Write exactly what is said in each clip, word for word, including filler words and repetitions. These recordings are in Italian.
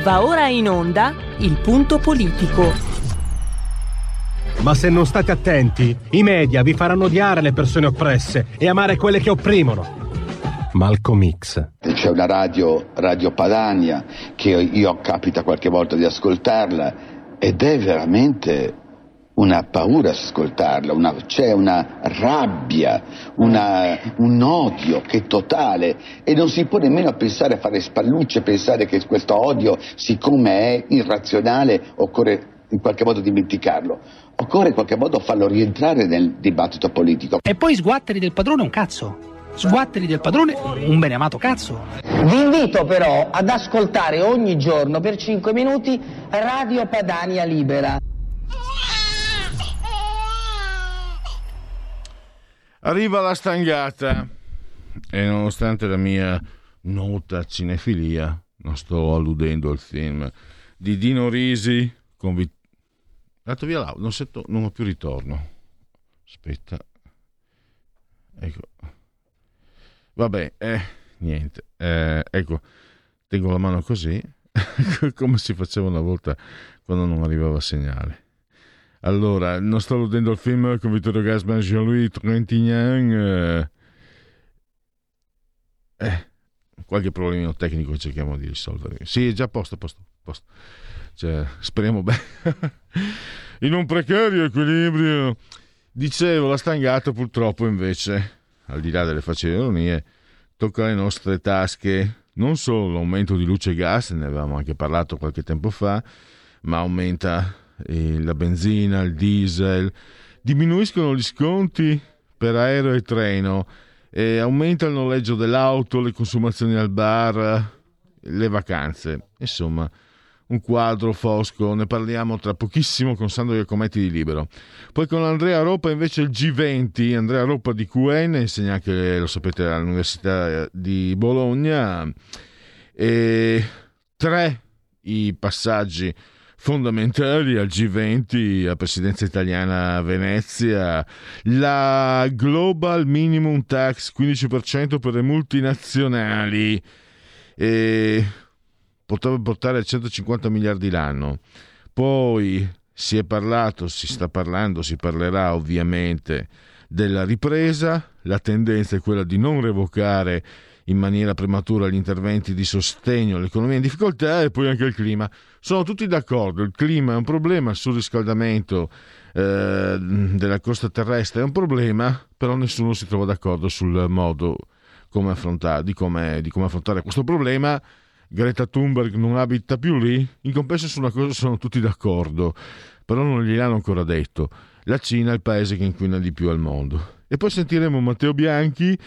Va ora in onda Il Punto Politico. Ma se non state attenti, i media vi faranno odiare le persone oppresse e amare quelle che opprimono. Malcolm X. C'è una radio, Radio Padania, che io capita qualche volta di ascoltarla ed è veramente una paura ascoltarla, una, c'è una rabbia, una, un odio che è totale e non si può nemmeno pensare a fare spallucce, pensare che questo odio, siccome è irrazionale, occorre in qualche modo dimenticarlo, occorre in qualche modo farlo rientrare nel dibattito politico. E poi sguatteri del padrone un cazzo, sguatteri del padrone un beneamato cazzo. Vi invito però ad ascoltare ogni giorno per cinque minuti Radio Padania Libera. Arriva la stangata e nonostante la mia nota cinefilia non sto alludendo al film di Dino Risi con Vit... dato via l'audio, non, sento... non ho più ritorno, aspetta, ecco, vabbè, eh, niente, eh, ecco, tengo la mano così come si faceva una volta quando non arrivava segnale. Allora, non sto alludendo al film con Vittorio Gassman e Jean-Louis Trintignant. Eh, eh, qualche problemino tecnico cerchiamo di risolvere. Sì, è già a posto, posto, posto. Cioè, speriamo bene. In un precario equilibrio. Dicevo, la stangata purtroppo invece, al di là delle facili ironie, tocca le nostre tasche. Non solo l'aumento di luce e gas, ne avevamo anche parlato qualche tempo fa, ma aumenta la benzina, il diesel, diminuiscono gli sconti per aereo e treno, e aumenta il noleggio dell'auto, le consumazioni al bar, le vacanze, insomma un quadro fosco. Ne parliamo tra pochissimo con Sandro Iacometti di Libero. Poi con Andrea Roppa invece il G venti, Andrea Roppa di Q N, insegna anche, lo sapete, all'Università di Bologna, e tre i passaggi fondamentali al G venti, a presidenza italiana a Venezia: la Global Minimum Tax quindici per cento per le multinazionali, e potrebbe portare a centocinquanta miliardi l'anno. Poi si è parlato, si sta parlando, si parlerà ovviamente della ripresa. La tendenza è quella di non revocare in maniera prematura gli interventi di sostegno all'economia in difficoltà. E poi anche il clima. Sono tutti d'accordo, il clima è un problema, il surriscaldamento eh, della costa terrestre è un problema, però nessuno si trova d'accordo sul modo come affrontare, di come, di come affrontare questo problema. Greta Thunberg non abita più lì. In compenso su una cosa sono tutti d'accordo, però non gliel'hanno ancora detto: la Cina è il paese che inquina di più al mondo. E poi sentiremo Matteo Bianchi,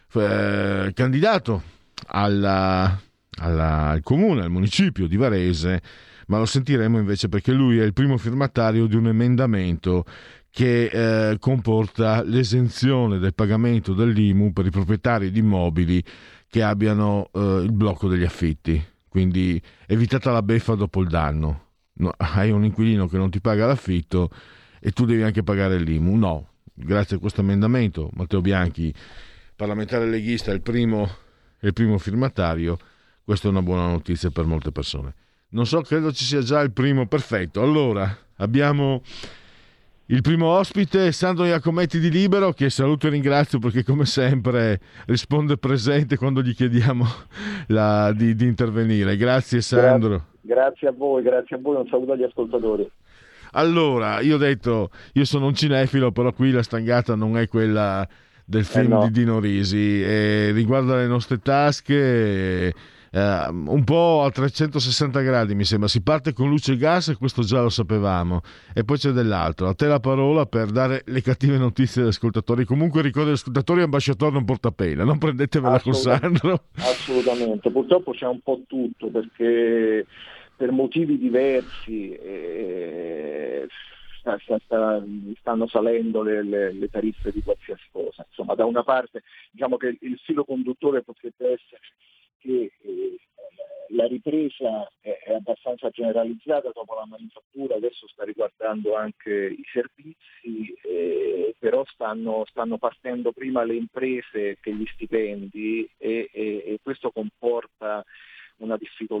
eh, candidato alla, alla, al comune, al municipio di Varese, ma lo sentiremo invece perché lui è il primo firmatario di un emendamento che eh, comporta l'esenzione del pagamento dell'I M U per i proprietari di immobili che abbiano eh, il blocco degli affitti. Quindi evitata la beffa dopo il danno. No, hai un inquilino che non ti paga l'affitto e tu devi anche pagare l'I M U. No, grazie a questo emendamento Matteo Bianchi, parlamentare leghista, è il primo, è il primo firmatario. Questa è una buona notizia per molte persone. Non so, credo ci sia già il primo. Perfetto, allora abbiamo il primo ospite, Sandro Iacometti di Libero, che saluto e ringrazio perché come sempre risponde presente quando gli chiediamo la, di, di intervenire. Grazie Sandro. Grazie, grazie a voi, grazie a voi, un saluto agli ascoltatori. Allora, io ho detto, io sono un cinefilo, però qui la stangata non è quella del film eh no. di Dino Risi, e riguarda le nostre tasche eh, un po' a trecentosessanta gradi, mi sembra. Si parte con luce e gas, e questo già lo sapevamo, e poi c'è dell'altro. A te la parola per dare le cattive notizie agli ascoltatori. Comunque ricordo agli ascoltatori: ambasciatore non porta pena, non prendetevela con Sandro. Assolutamente, purtroppo c'è un po' tutto, perché per motivi diversi eh, sta, sta, sta, stanno salendo le, le, le tariffe di qualsiasi cosa. Insomma, da una parte diciamo che il filo conduttore potrebbe essere che eh, la ripresa è, è abbastanza generalizzata dopo la manifattura, adesso sta riguardando anche i servizi, eh, però stanno, stanno partendo prima le imprese che gli stipendi, e, e, e questo comporta una difficoltà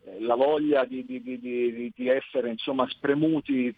la voglia di, di, di, di, di essere insomma spremuti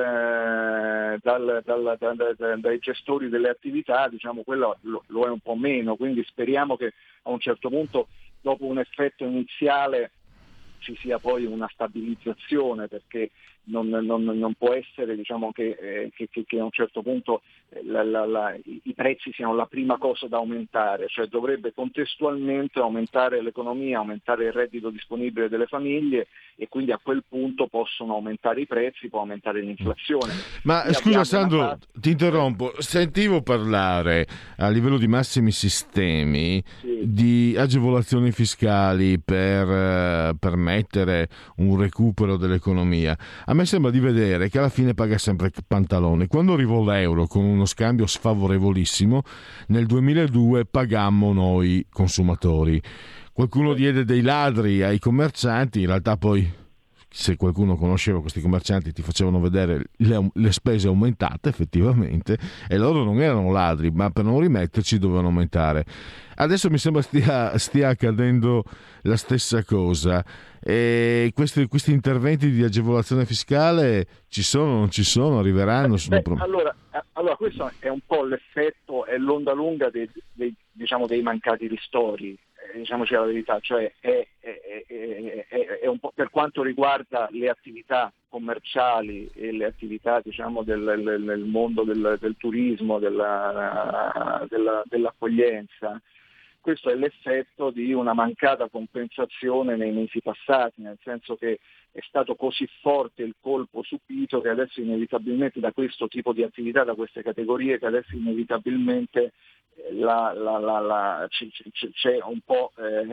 dal, dal, dal, dal, dal, dai gestori delle attività, diciamo quello lo, lo è un po' meno, quindi speriamo che a un certo punto, dopo un effetto iniziale, ci sia poi una stabilizzazione, perché non, non, non può essere, diciamo, che, eh, che, che a un certo punto la, la, la, i, i prezzi siano la prima cosa da aumentare, cioè dovrebbe contestualmente aumentare l'economia, aumentare il reddito disponibile delle famiglie, e quindi a quel punto possono aumentare i prezzi, può aumentare l'inflazione. Ma Quindi scusa Sandro, fase... ti interrompo, sentivo parlare a livello di massimi sistemi sì. di agevolazioni fiscali per permettere un recupero dell'economia. A me sembra di vedere che alla fine paga sempre il pantalone. Quando arrivò l'euro con uno scambio sfavorevolissimo, nel duemiladue pagammo noi consumatori. Qualcuno diede dei ladri ai commercianti, in realtà poi, se qualcuno conosceva questi commercianti, ti facevano vedere le, le spese aumentate effettivamente, e loro non erano ladri, ma per non rimetterci dovevano aumentare. Adesso mi sembra stia, stia accadendo la stessa cosa, e questi, questi interventi di agevolazione fiscale ci sono, non ci sono, arriveranno? Sono Beh, prom- allora, allora questo è un po' l'effetto, è l'onda lunga dei, dei, diciamo, dei mancati ristori. Diciamoci la verità, cioè è, è, è, è, è un po' per quanto riguarda le attività commerciali e le attività, diciamo, del, del, del mondo del, del turismo, della, della, dell'accoglienza. Questo è l'effetto di una mancata compensazione nei mesi passati, nel senso che è stato così forte il colpo subito che adesso inevitabilmente da questo tipo di attività, da queste categorie, che adesso inevitabilmente La, la, la, la, c- c- c'è un po'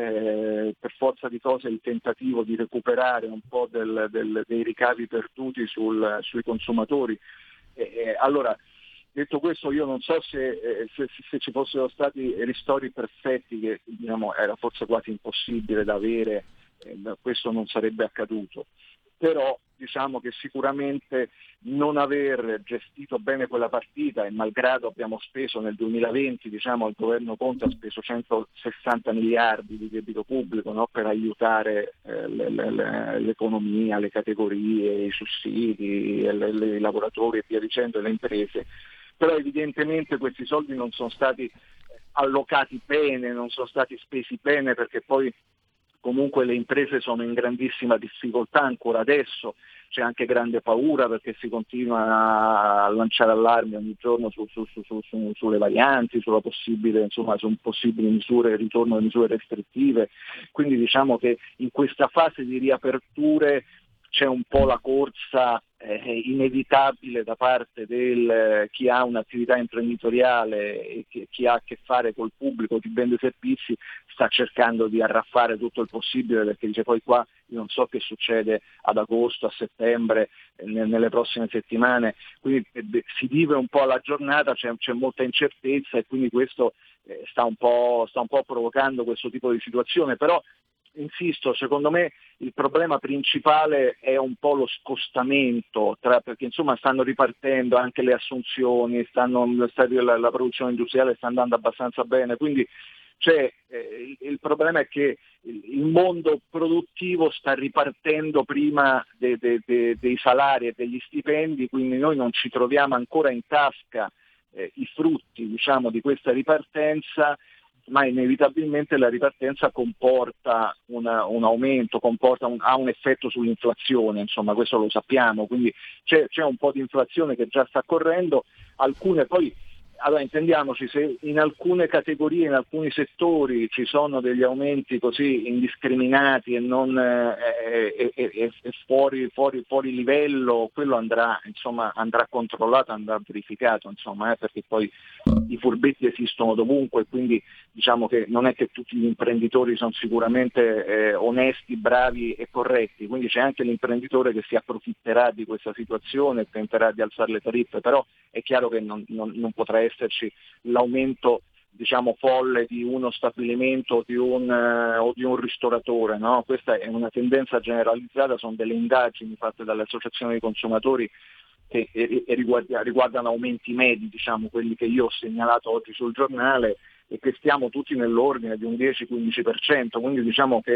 eh, per forza di cose il tentativo di recuperare un po' del, del, dei ricavi perduti sul, sui consumatori. E, e, allora, detto questo, io non so se, eh, se, se ci fossero stati ristori perfetti, che diciamo era forse quasi impossibile da avere, eh, questo non sarebbe accaduto. Però diciamo che sicuramente non aver gestito bene quella partita, e malgrado abbiamo speso nel duemilaventi, diciamo il governo Conte ha speso centosessanta miliardi di debito pubblico, no, per aiutare eh, le, le, l'economia, le categorie, i sussidi, le, le, i lavoratori e via dicendo, le imprese, però evidentemente questi soldi non sono stati allocati bene, non sono stati spesi bene, perché poi comunque le imprese sono in grandissima difficoltà ancora adesso, c'è anche grande paura perché si continua a lanciare allarmi ogni giorno su, su, su, su, su, sulle varianti, sulla possibile, insomma, su possibili misure, ritorno alle misure restrittive, quindi diciamo che in questa fase di riaperture c'è un po' la corsa eh, inevitabile da parte del eh, chi ha un'attività imprenditoriale e chi, chi ha a che fare col pubblico, chi vende servizi, sta cercando di arraffare tutto il possibile, perché dice poi qua io non so che succede ad agosto, a settembre, eh, nelle prossime settimane, quindi eh, si vive un po' alla giornata, c'è, c'è molta incertezza, e quindi questo eh, sta un po', sta un po' provocando questo tipo di situazione. Però insisto, secondo me il problema principale è un po' lo scostamento, tra, perché insomma stanno ripartendo anche le assunzioni, stanno, la, la produzione industriale sta andando abbastanza bene, quindi c'è, eh, il, il problema è che il mondo produttivo sta ripartendo prima de, de, de, dei salari e degli stipendi, quindi noi non ci troviamo ancora in tasca eh, i frutti, diciamo, di questa ripartenza, ma inevitabilmente la ripartenza comporta una, un aumento, comporta un, ha un effetto sull'inflazione, insomma questo lo sappiamo, quindi c'è, c'è un po' di inflazione che già sta correndo, alcune poi, allora intendiamoci, se in alcune categorie, in alcuni settori ci sono degli aumenti così indiscriminati e non eh, e, e, e fuori, fuori, fuori livello, quello andrà, insomma, andrà controllato, andrà verificato, insomma, eh, perché poi i furbetti esistono dovunque, quindi diciamo che non è che tutti gli imprenditori sono sicuramente eh, onesti, bravi e corretti, quindi c'è anche l'imprenditore che si approfitterà di questa situazione e tenterà di alzare le tariffe, però è chiaro che non, non, non potrà esserci l'aumento, diciamo, folle di uno stabilimento o di un, eh, o di un ristoratore, no? Questa è una tendenza generalizzata, sono delle indagini fatte dalle associazioni dei consumatori che e, e riguarda, riguardano aumenti medi, diciamo, quelli che io ho segnalato oggi sul giornale, e che stiamo tutti nell'ordine di un dieci quindici per cento, quindi diciamo che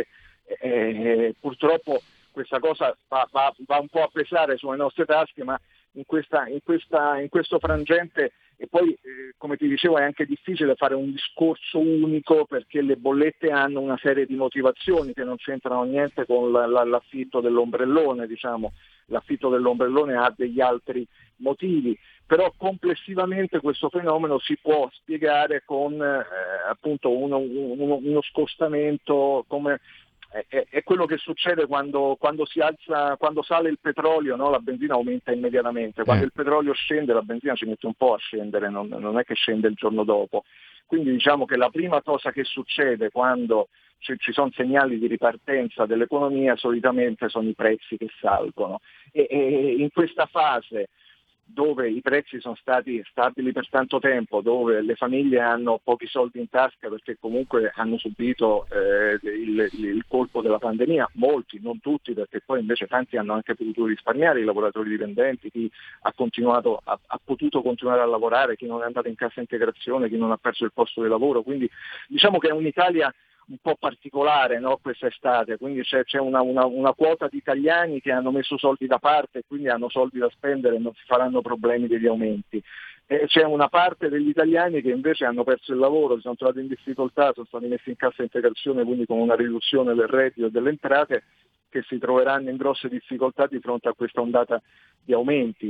Eh, purtroppo questa cosa va, va, va un po' a pesare sulle nostre tasche, ma in, questa, in, questa, in questo frangente, e poi eh, come ti dicevo è anche difficile fare un discorso unico, perché le bollette hanno una serie di motivazioni che non c'entrano niente con la, la, l'affitto dell'ombrellone, diciamo. L'affitto dell'ombrellone ha degli altri motivi, però complessivamente questo fenomeno si può spiegare con eh, appunto uno, uno, uno scostamento come È, è quello che succede quando, quando si alza, quando sale il petrolio, no? La benzina aumenta immediatamente, quando Eh. il petrolio scende la benzina ci mette un po' a scendere, non, non è che scende il giorno dopo. Quindi diciamo che la prima cosa che succede quando ci, ci sono segnali di ripartenza dell'economia solitamente sono i prezzi che salgono, e, e in questa fase dove i prezzi sono stati stabili per tanto tempo, dove le famiglie hanno pochi soldi in tasca perché comunque hanno subito eh, il, il colpo della pandemia, molti, non tutti, perché poi invece tanti hanno anche potuto risparmiare, i lavoratori dipendenti, chi ha continuato, ha, ha potuto continuare a lavorare, chi non è andato in cassa integrazione, chi non ha perso il posto di lavoro, quindi diciamo che è un'Italia un po' particolare, no, questa estate, quindi c'è, c'è una, una, una quota di italiani che hanno messo soldi da parte e quindi hanno soldi da spendere e non si faranno problemi degli aumenti. E c'è una parte degli italiani che invece hanno perso il lavoro, si sono trovati in difficoltà, sono stati messi in cassa integrazione, quindi con una riduzione del reddito e delle entrate, che si troveranno in grosse difficoltà di fronte a questa ondata di aumenti.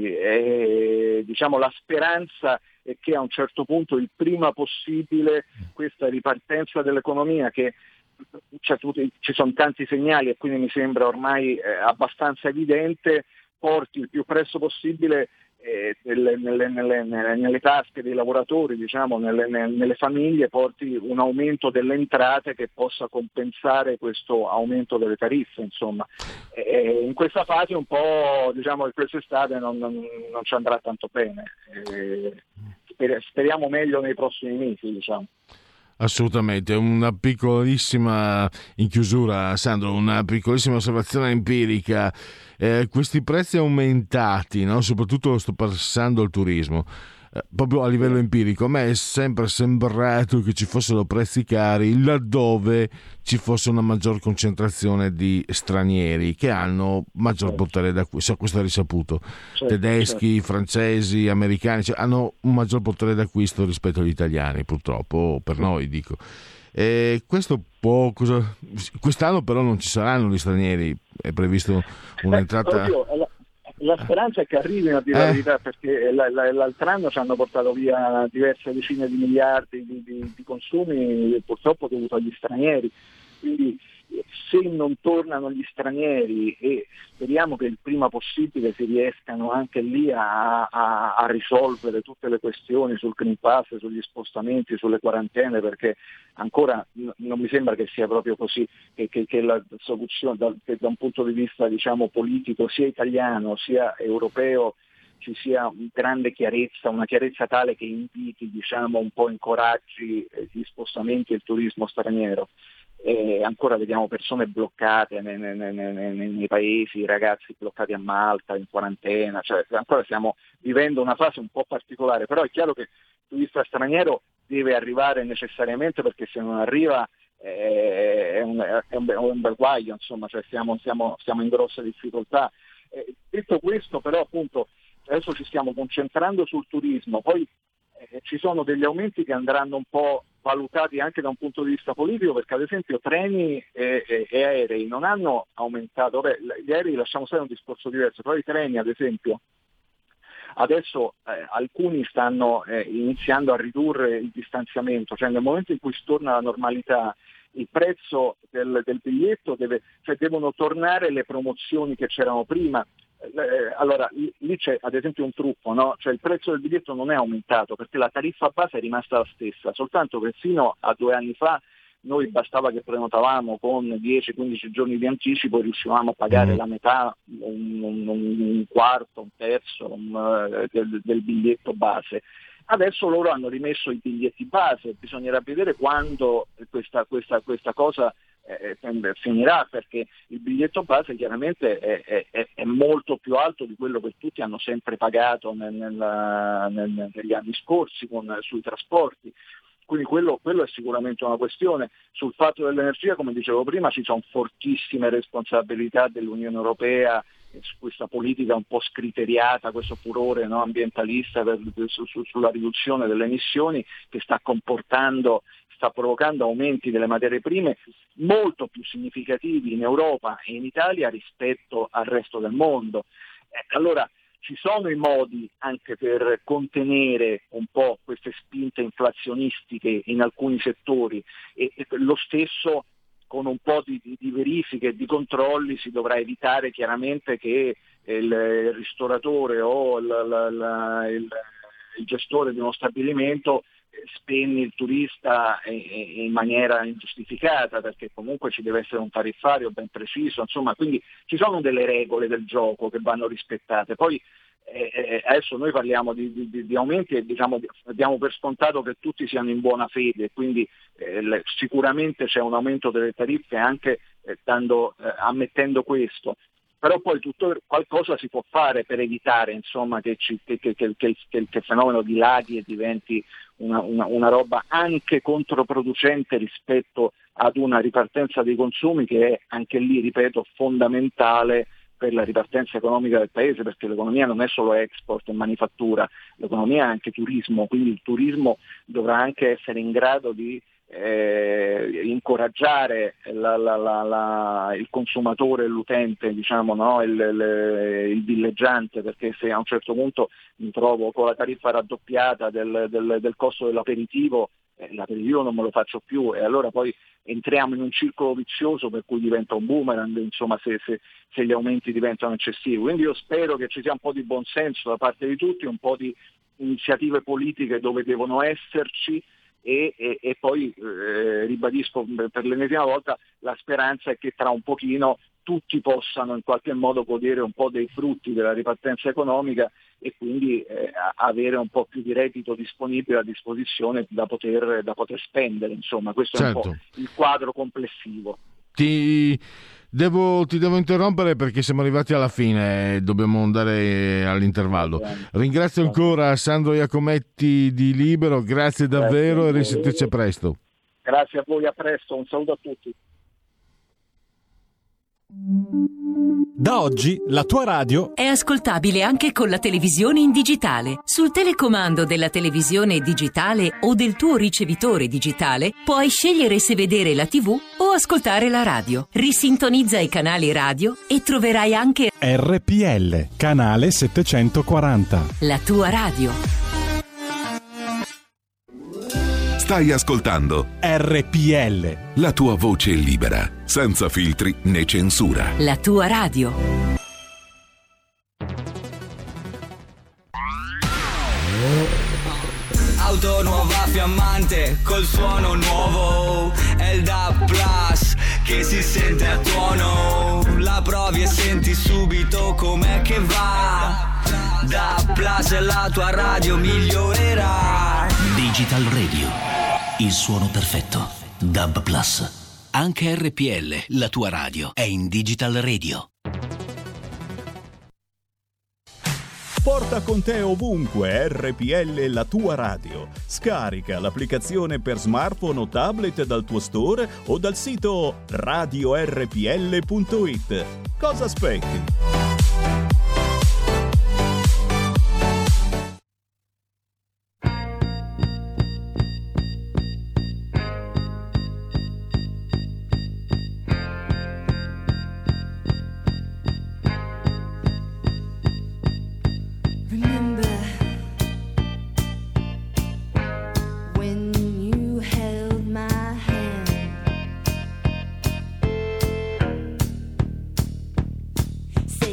E, diciamo, la speranza è che a un certo punto, il prima possibile, questa ripartenza dell'economia, che cioè, ci sono tanti segnali e quindi mi sembra ormai eh, abbastanza evidente, porti il più presto possibile eh, nelle, nelle, nelle, nelle tasche dei lavoratori, diciamo, nelle, nelle famiglie, porti un aumento delle entrate che possa compensare questo aumento delle tariffe, insomma. E in questa fase un po', diciamo che quest'estate non, non, non ci andrà tanto bene. E speriamo meglio nei prossimi mesi, diciamo. Assolutamente, una piccolissima, in chiusura Sandro, una piccolissima osservazione empirica. Eh, questi prezzi aumentati, no? Soprattutto sto passando al turismo, eh, proprio a livello empirico, a me è sempre sembrato che ci fossero prezzi cari laddove ci fosse una maggior concentrazione di stranieri che hanno maggior potere d'acquisto, questo è risaputo. Certo, tedeschi, certo. francesi, americani, cioè, hanno un maggior potere d'acquisto rispetto agli italiani, purtroppo, per noi dico. E questo può, cosa... quest'anno però non ci saranno gli stranieri, è previsto un'entrata. Eh, la, la speranza è che arrivino, a dire eh. la verità, perché la, la, l'altro anno ci hanno portato via diverse decine di miliardi di, di, di consumi, purtroppo dovuto agli stranieri. Quindi se non tornano gli stranieri, e speriamo che il prima possibile si riescano anche lì a, a, a risolvere tutte le questioni sul Green Pass, sugli spostamenti, sulle quarantene, perché ancora n- non mi sembra che sia proprio così, che, che, che la soluzione da, che da un punto di vista, diciamo, politico, sia italiano sia europeo, ci sia grande chiarezza, una chiarezza tale che inviti, diciamo, un po' incoraggi gli spostamenti e il turismo straniero. E ancora vediamo persone bloccate nei, nei, nei, nei, nei paesi, ragazzi bloccati a Malta in quarantena, cioè ancora stiamo vivendo una fase un po' particolare, però è chiaro che il turista straniero deve arrivare necessariamente, perché se non arriva eh, è, un, è, un, è un bel guaio, insomma, cioè stiamo, stiamo, stiamo in grosse difficoltà. Eh, detto questo, però, appunto, adesso ci stiamo concentrando sul turismo, poi eh, ci sono degli aumenti che andranno un po' valutati anche da un punto di vista politico, perché ad esempio treni e, e, e aerei non hanno aumentato. Beh, gli aerei lasciamo stare, un discorso diverso, però i treni ad esempio adesso eh, alcuni stanno eh, iniziando a ridurre il distanziamento, cioè nel momento in cui si torna alla normalità il prezzo del, del biglietto deve, cioè devono tornare le promozioni che c'erano prima. Eh, allora lì c'è ad esempio un trucco, no? Cioè il prezzo del biglietto non è aumentato perché la tariffa base è rimasta la stessa, soltanto che fino a due anni fa noi bastava che prenotavamo con dieci quindici giorni di anticipo e riuscivamo a pagare mm. la metà, un, un, un quarto, un terzo un, uh, del, del biglietto base. Adesso loro hanno rimesso i biglietti base, bisognerà vedere quando questa, questa, questa cosa eh, finirà, perché il biglietto base chiaramente è, è, è molto più alto di quello che tutti hanno sempre pagato nel, nel, nel, negli anni scorsi con, sui trasporti. Quindi quello, quello è sicuramente una questione. Sul fatto dell'energia, come dicevo prima, ci sono fortissime responsabilità dell'Unione Europea su questa politica un po' scriteriata, questo furore, no, ambientalista per, su, su, sulla riduzione delle emissioni, che sta comportando, sta provocando aumenti delle materie prime molto più significativi in Europa e in Italia rispetto al resto del mondo. Eh, allora ci sono i modi anche per contenere un po' queste spinte inflazionistiche in alcuni settori, e, e lo stesso con un po' di, di, di verifiche e di controlli si dovrà evitare chiaramente che il, il ristoratore o la, la, la, il, il gestore di uno stabilimento spenni il turista in maniera ingiustificata, perché comunque ci deve essere un tariffario ben preciso, insomma, quindi ci sono delle regole del gioco che vanno rispettate. Poi eh, adesso noi parliamo di, di, di aumenti e diciamo, diamo per scontato che tutti siano in buona fede, quindi eh, sicuramente c'è un aumento delle tariffe anche eh, dando, eh, ammettendo questo. Però poi tutto qualcosa si può fare per evitare, insomma, che, ci, che, che, che, che, che il fenomeno dilaghi e diventi una, una, una roba anche controproducente rispetto ad una ripartenza dei consumi che è anche lì, ripeto, fondamentale per la ripartenza economica del paese, perché l'economia non è solo export e manifattura, l'economia è anche turismo, quindi il turismo dovrà anche essere in grado di Eh, incoraggiare la, la, la, la, il consumatore, l'utente, diciamo, no? il, il, il villeggiante, perché se a un certo punto mi trovo con la tariffa raddoppiata del, del, del costo dell'aperitivo, eh, l'aperitivo non me lo faccio più, e allora poi entriamo in un circolo vizioso per cui diventa un boomerang, insomma, se, se, se gli aumenti diventano eccessivi. Quindi io spero che ci sia un po' di buonsenso da parte di tutti, un po' di iniziative politiche dove devono esserci. E, e, e poi eh, ribadisco per l'ennesima volta, la speranza è che tra un pochino tutti possano in qualche modo godere un po' dei frutti della ripartenza economica e quindi eh, avere un po' più di reddito disponibile a disposizione da poter, da poter spendere. Insomma, questo certo. È un po' il quadro complessivo. Ti devo, ti devo interrompere perché siamo arrivati alla fine, dobbiamo andare all'intervallo. Ringrazio ancora Sandro Iacometti di Libero, grazie davvero grazie e risentirci a presto. Grazie a voi, a presto, un saluto a tutti. Da oggi la tua radio è ascoltabile anche con la televisione in digitale. Sul telecomando della televisione digitale o del tuo ricevitore digitale puoi scegliere se vedere la tivù o ascoltare la radio. Risintonizza i canali radio e troverai anche R P L, canale settecentoquaranta. La tua radio. Stai ascoltando R P L, la tua voce libera, senza filtri né censura. La tua radio. Auto nuova fiammante col suono nuovo, è il D A B Plus che si sente a tuono. La provi e senti subito com'è che va. D A B Plus è la tua radio, migliorerà. Digital Radio, il suono perfetto. D A B Plus. Anche R P L, la tua radio, è in Digital Radio. Porta con te ovunque R P L, la tua radio. Scarica l'applicazione per smartphone o tablet dal tuo store o dal sito radio r p l punto i t. Cosa aspetti? Say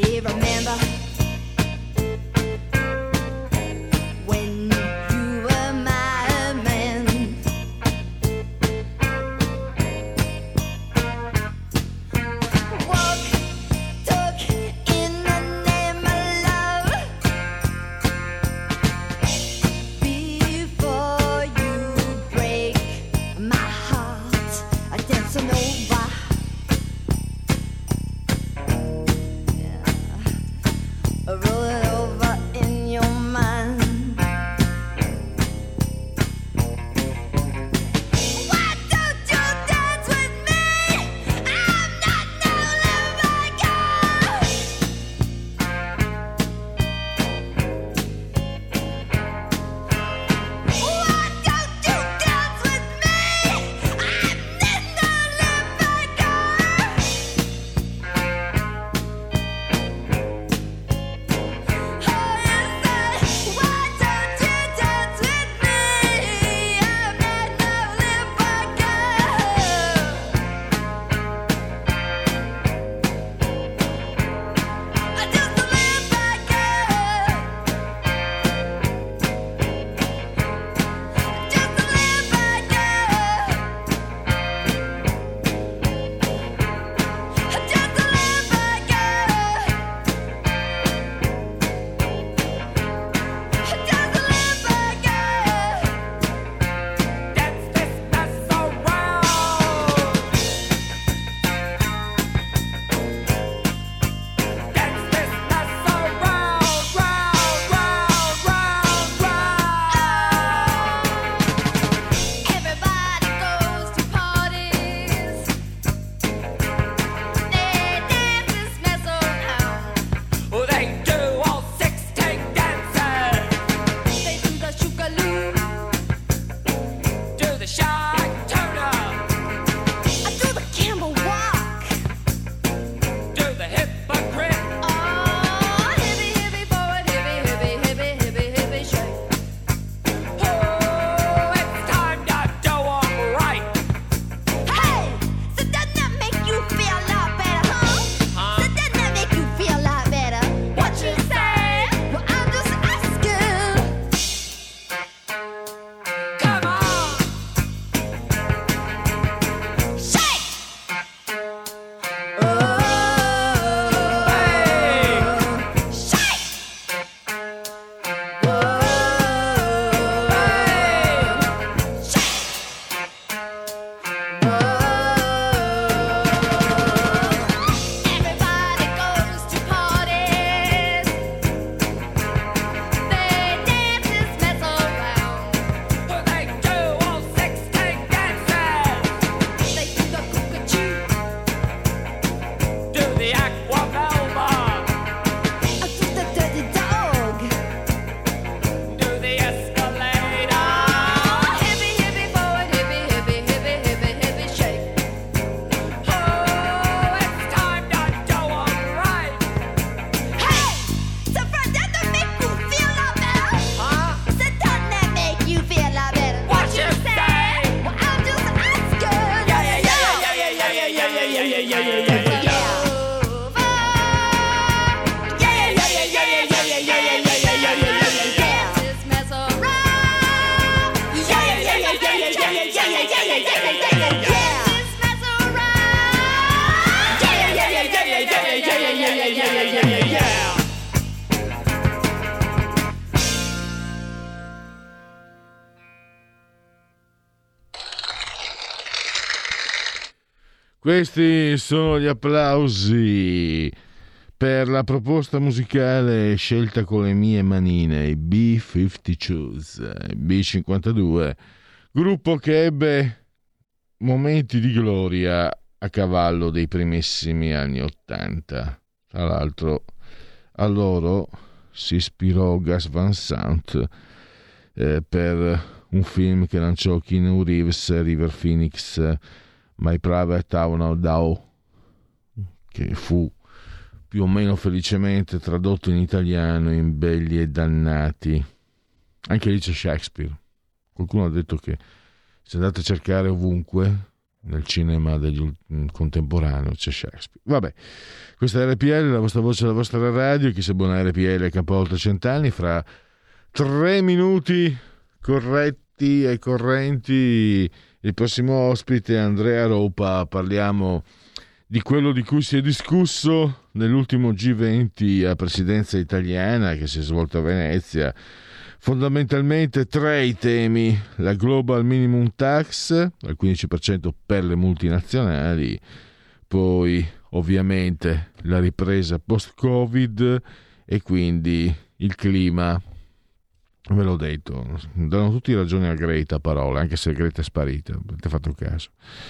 Questi sono gli applausi per la proposta musicale scelta con le mie manine, i B cinquantadue, B cinquantadue, gruppo che ebbe momenti di gloria a cavallo dei primissimi anni ottanta. Tra l'altro a loro si ispirò Gus Van Sant eh, per un film che lanciò Keanu Reeves, River Phoenix, My Private Idaho, che fu più o meno felicemente tradotto in italiano in Belli e Dannati. Anche lì c'è Shakespeare. Qualcuno ha detto che se andate a cercare ovunque nel cinema degli contemporaneo c'è Shakespeare. Vabbè, questa è R P L, la vostra voce, la vostra radio. Chi sa buona R P L capovolta cent'anni. Fra tre minuti corretti e correnti il prossimo ospite, Andrea Ropa. Parliamo di quello di cui si è discusso nell'ultimo G venti a presidenza italiana che si è svolto a Venezia. Fondamentalmente tre i temi: la Global Minimum Tax al quindici per cento per le multinazionali, poi ovviamente la ripresa post-Covid e quindi il clima. Ve l'ho detto, danno tutti ragione a Greta a parole, anche se Greta è sparita, avete fatto caso.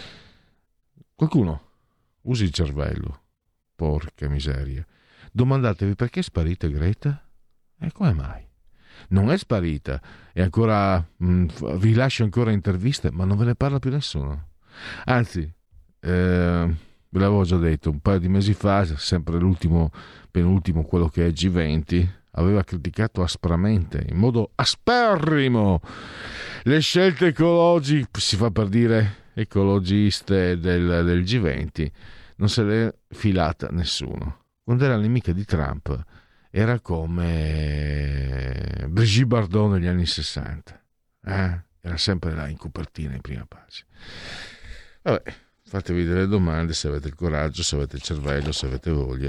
Qualcuno usi il cervello, porca miseria. Domandatevi perché è sparita Greta? E come mai? Non è sparita, è ancora mh, rilascia ancora interviste, ma non ve ne parla più nessuno. Anzi, eh, ve l'avevo già detto un paio di mesi fa, sempre l'ultimo, penultimo, quello che è G venti, aveva criticato aspramente, in modo asperrimo, le scelte ecologiche, si fa per dire ecologiste del, del G venti. Non se l'è filata nessuno. Quando era nemica di Trump era come Brigitte Bardot negli anni sessanta, eh? Era sempre là in copertina, in prima pagina. Vabbè, fatevi delle domande se avete il coraggio, se avete il cervello, se avete voglia,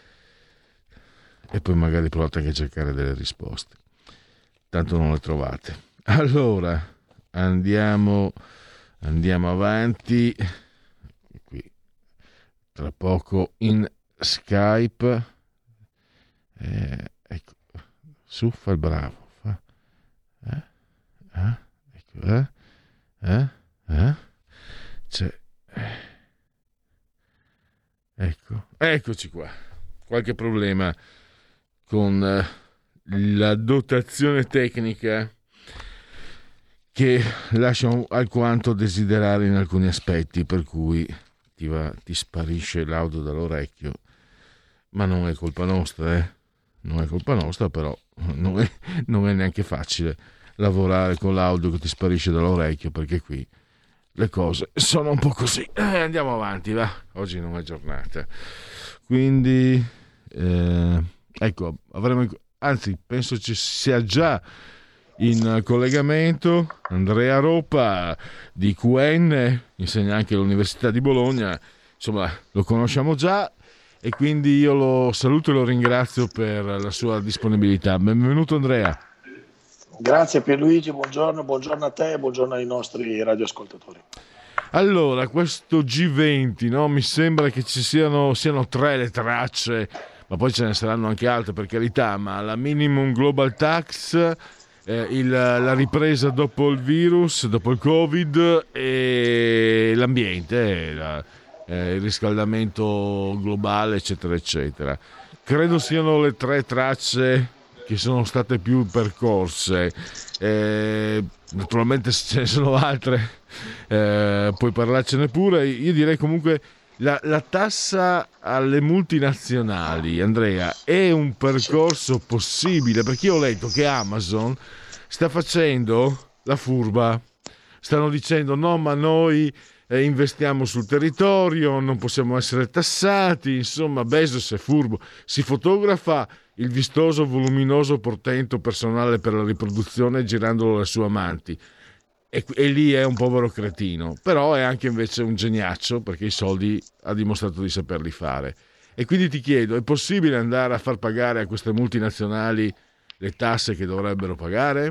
e poi magari provate anche a cercare delle risposte, tanto non le trovate. Allora andiamo andiamo avanti qui, tra poco in Skype, eh, ecco, su, fa il bravo, fa, eh, eh, ecco, eh, eh, eh, c'è, eh. ecco, eccoci qua, qualche problema con la dotazione tecnica che lascia alquanto desiderare in alcuni aspetti, per cui ti, va, ti sparisce l'audio dall'orecchio, ma non è colpa nostra, eh? Non è colpa nostra, però non è, non è neanche facile lavorare con l'audio che ti sparisce dall'orecchio, perché qui le cose sono un po' così. Eh, andiamo avanti, va. Oggi non è giornata, quindi eh, ecco, avremo, anzi penso ci sia già in collegamento Andrea Ropa di Q N, insegna anche all'Università di Bologna, insomma lo conosciamo già, e quindi io lo saluto e lo ringrazio per la sua disponibilità. Benvenuto Andrea. Grazie Pierluigi, buongiorno, buongiorno a te e buongiorno ai nostri radioascoltatori. Allora, questo G venti, no? Mi sembra che ci siano, siano tre le tracce, ma poi ce ne saranno anche altre, per carità, ma la Minimum Global Tax, eh, il, la ripresa dopo il virus, dopo il Covid, e l'ambiente, la, eh, il riscaldamento globale, eccetera, eccetera. Credo siano le tre tracce che sono state più percorse. Eh, naturalmente ce ne sono altre, eh, puoi parlarcene pure. Io direi comunque la, la tassa alle multinazionali, Andrea, è un percorso possibile, perché io ho letto che Amazon sta facendo la furba, stanno dicendo no, ma noi eh, investiamo sul territorio, non possiamo essere tassati, insomma Bezos è furbo, si fotografa il vistoso, voluminoso portento personale per la riproduzione girandolo alle sue amanti, e, e lì è un povero cretino, però è anche invece un geniaccio, perché i soldi ha dimostrato di saperli fare. E quindi ti chiedo, è possibile andare a far pagare a queste multinazionali le tasse che dovrebbero pagare?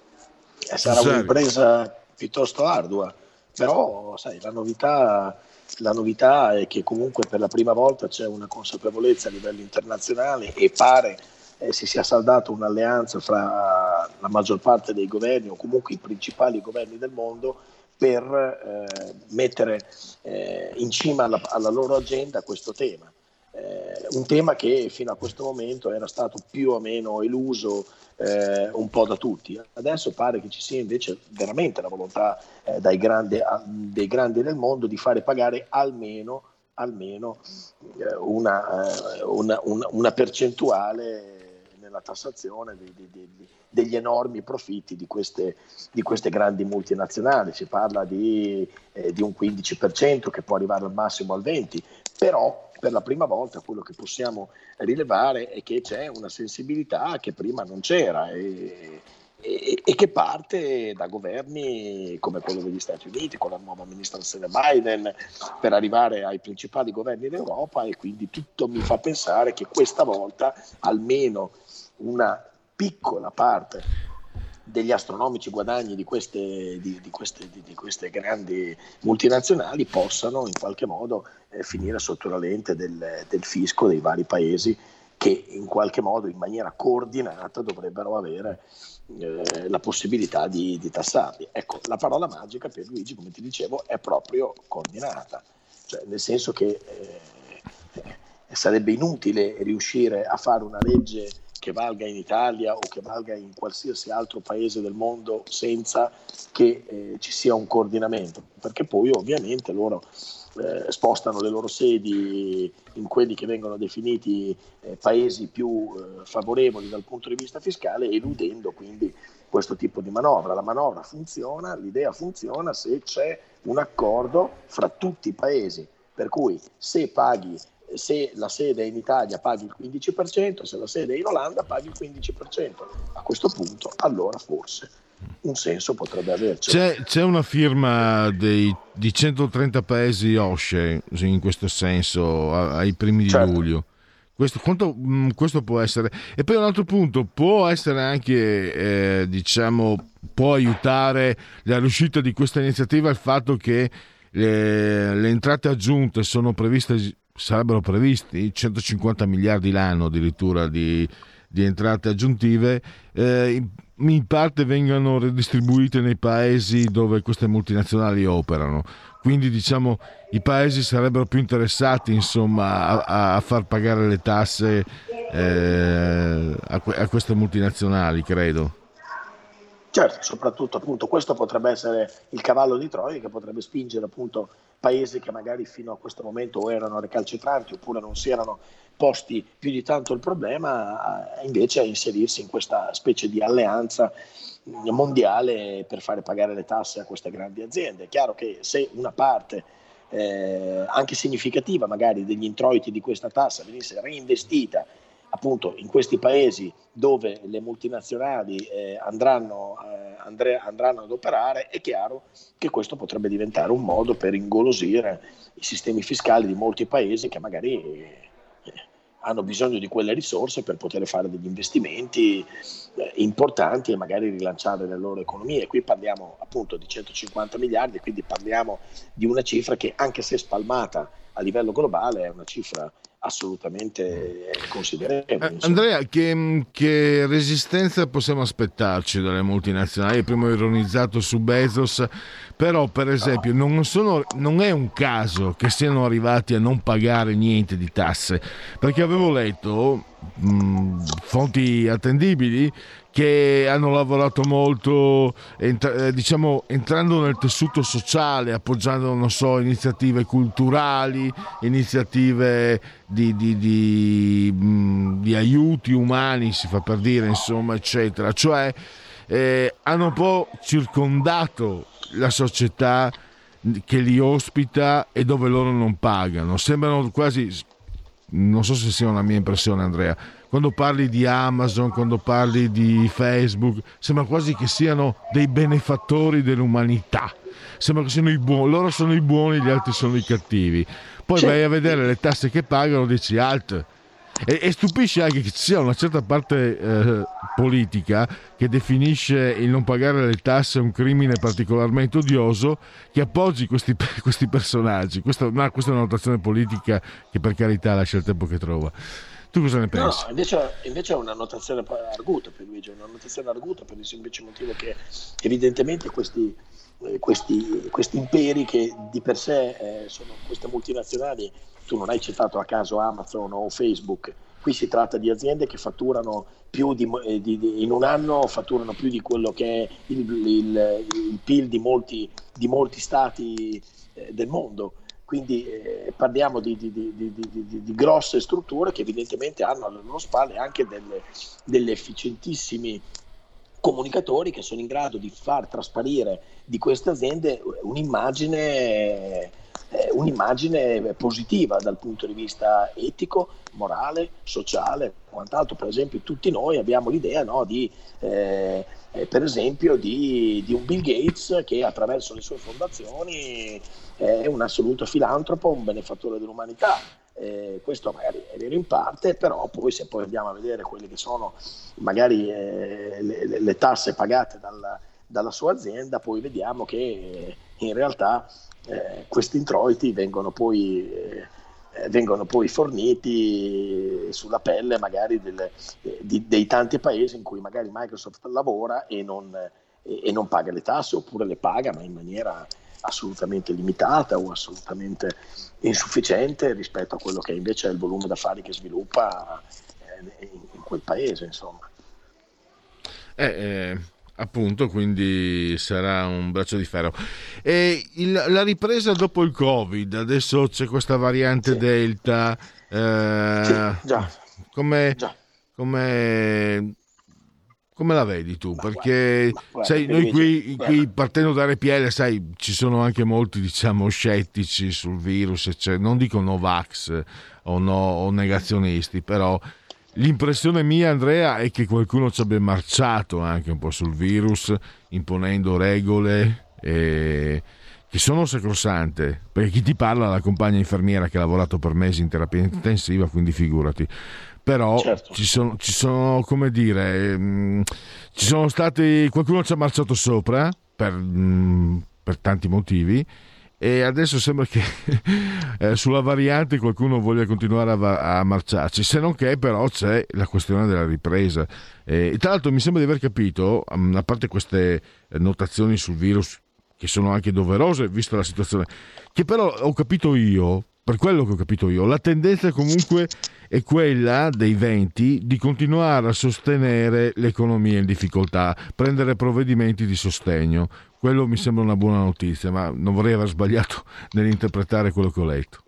Eh, sarà un'impresa piuttosto ardua, però sai, la novità, la novità è che comunque per la prima volta c'è una consapevolezza a livello internazionale e pare eh, si sia saldata un'alleanza fra la maggior parte dei governi o comunque i principali governi del mondo per eh, mettere eh, in cima alla, alla loro agenda questo tema. Eh, un tema che fino a questo momento era stato più o meno eluso eh, un po' da tutti. Adesso pare che ci sia invece veramente la volontà eh, dai grandi, a, dei grandi del mondo di fare pagare almeno, almeno eh, una, eh, una, una, una percentuale nella tassazione di, di, di, degli enormi profitti di queste, di queste grandi multinazionali. Si parla di, eh, di un quindici per cento che può arrivare al massimo al venti per cento, però per la prima volta quello che possiamo rilevare è che c'è una sensibilità che prima non c'era e, e, e che parte da governi come quello degli Stati Uniti con la nuova amministrazione Biden per arrivare ai principali governi d'Europa, e quindi tutto mi fa pensare che questa volta almeno una piccola parte degli astronomici guadagni di queste, di, di queste, di, di queste grandi multinazionali possano in qualche modo eh, finire sotto la lente del, del fisco dei vari paesi che in qualche modo in maniera coordinata dovrebbero avere eh, la possibilità di, di tassarli. Ecco, la parola magica per Luigi, come ti dicevo, è proprio coordinata, cioè nel senso che eh, sarebbe inutile riuscire a fare una legge che valga in Italia o che valga in qualsiasi altro paese del mondo senza che eh, ci sia un coordinamento, perché poi ovviamente loro eh, spostano le loro sedi in quelli che vengono definiti eh, paesi più eh, favorevoli dal punto di vista fiscale, eludendo quindi questo tipo di manovra. La manovra funziona, l'idea funziona se c'è un accordo fra tutti i paesi, per cui se paghi se la sede è in Italia paghi il quindici per cento, se la sede è in Olanda paghi il quindici per cento. A questo punto allora forse un senso potrebbe averci. C'è, c'è una firma dei, di centotrenta paesi O S C E in questo senso ai primi di certo. luglio. Questo, quanto, questo può essere. E poi un altro punto, può essere anche eh, diciamo può aiutare la riuscita di questa iniziativa il fatto che le, le entrate aggiunte sono previste sarebbero previsti centocinquanta miliardi l'anno addirittura di, di entrate aggiuntive, eh, in, in parte vengano redistribuite nei paesi dove queste multinazionali operano, quindi diciamo i paesi sarebbero più interessati insomma a, a far pagare le tasse eh, a, a queste multinazionali, credo. Certo, soprattutto appunto questo potrebbe essere il cavallo di Troia che potrebbe spingere appunto paesi che magari fino a questo momento o erano recalcitranti oppure non si erano posti più di tanto il problema, a, invece a inserirsi in questa specie di alleanza mondiale per fare pagare le tasse a queste grandi aziende. È chiaro che se una parte eh, anche significativa magari degli introiti di questa tassa venisse reinvestita appunto in questi paesi dove le multinazionali eh, andranno, eh, andre, andranno ad operare, è chiaro che questo potrebbe diventare un modo per ingolosire i sistemi fiscali di molti paesi che magari eh, hanno bisogno di quelle risorse per poter fare degli investimenti eh, importanti e magari rilanciare le loro economie. Qui parliamo appunto di centocinquanta miliardi, quindi parliamo di una cifra che anche se spalmata a livello globale è una cifra assolutamente considerevole. Andrea, che, che resistenza possiamo aspettarci dalle multinazionali? Prima ho ironizzato su Bezos, però per esempio non, sono, non è un caso che siano arrivati a non pagare niente di tasse, perché avevo letto mh, fonti attendibili che hanno lavorato molto entra- diciamo entrando nel tessuto sociale, appoggiando non so iniziative culturali, iniziative di, di, di, mh, di aiuti umani, si fa per dire, insomma, eccetera, cioè eh, hanno un po' circondato la società che li ospita e dove loro non pagano. Sembrano quasi, non so se sia una mia impressione Andrea, quando parli di Amazon, quando parli di Facebook, sembra quasi che siano dei benefattori dell'umanità. Sembra che siano i buoni, loro sono i buoni, gli altri sono i cattivi. Poi Sì. vai a vedere le tasse che pagano, dici alt. E, e stupisce anche che ci sia una certa parte eh, politica che definisce il non pagare le tasse un crimine particolarmente odioso, che appoggi questi, questi personaggi. Questa, no, questa è una notazione politica che, per carità, lascia il tempo che trova. Tu cosa ne pensi? No, invece, invece è una notazione arguta per Luigi, è una notazione arguta per il semplice motivo che evidentemente questi, eh, questi, questi imperi che di per sé eh, sono queste multinazionali. Tu non hai citato a caso Amazon o Facebook, qui si tratta di aziende che fatturano più di, di, di in un anno fatturano più di quello che è il, il, il P I L di molti, di molti stati eh, del mondo. Quindi eh, parliamo di, di, di, di, di, di grosse strutture che evidentemente hanno alle loro spalle anche delle, delle efficientissimi comunicatori che sono in grado di far trasparire di queste aziende un'immagine eh, un'immagine positiva dal punto di vista etico, morale, sociale, quant'altro. Per esempio tutti noi abbiamo l'idea, no, di eh, eh, per esempio di, di un Bill Gates che attraverso le sue fondazioni è un assoluto filantropo, un benefattore dell'umanità. Eh, questo magari è vero in parte, però poi se poi andiamo a vedere quelle che sono magari eh, le, le tasse pagate dalla, dalla sua azienda, poi vediamo che eh, in realtà eh, questi introiti vengono poi, eh, vengono poi forniti sulla pelle magari delle, eh, di, dei tanti paesi in cui magari Microsoft lavora e non, e, e non paga le tasse, oppure le paga ma in maniera assolutamente limitata o assolutamente insufficiente rispetto a quello che invece è il volume d'affari che sviluppa eh, in, in quel paese, insomma. Eh, eh, appunto, quindi sarà un braccio di ferro. E il, la ripresa dopo il Covid, adesso c'è questa variante sì. Delta, eh, sì, già. Come, già. come Come la vedi tu? Ma Perché guarda, guarda, sai, noi qui, qui partendo da R P L, sai, ci sono anche molti, diciamo, scettici sul virus, cioè, non dico Novax o, no, o negazionisti, però l'impressione mia, Andrea, è che qualcuno ci abbia marciato anche un po' sul virus, imponendo regole eh, che sono sacrosante, perché chi ti parla è la compagna infermiera che ha lavorato per mesi in terapia intensiva, quindi figurati. Però certo. ci sono, ci sono, come dire, mh, ci sono stati, qualcuno ci ha marciato sopra per, mh, per tanti motivi, e adesso sembra che eh, sulla variante qualcuno voglia continuare a, a marciarci, se non che però c'è la questione della ripresa. E tra l'altro mi sembra di aver capito, a parte queste notazioni sul virus che sono anche doverose vista la situazione, che però ho capito io, per quello che ho capito io, la tendenza comunque è quella dei venti di continuare a sostenere l'economia in difficoltà, prendere provvedimenti di sostegno. Quello mi sembra una buona notizia, ma non vorrei aver sbagliato nell'interpretare quello che ho letto.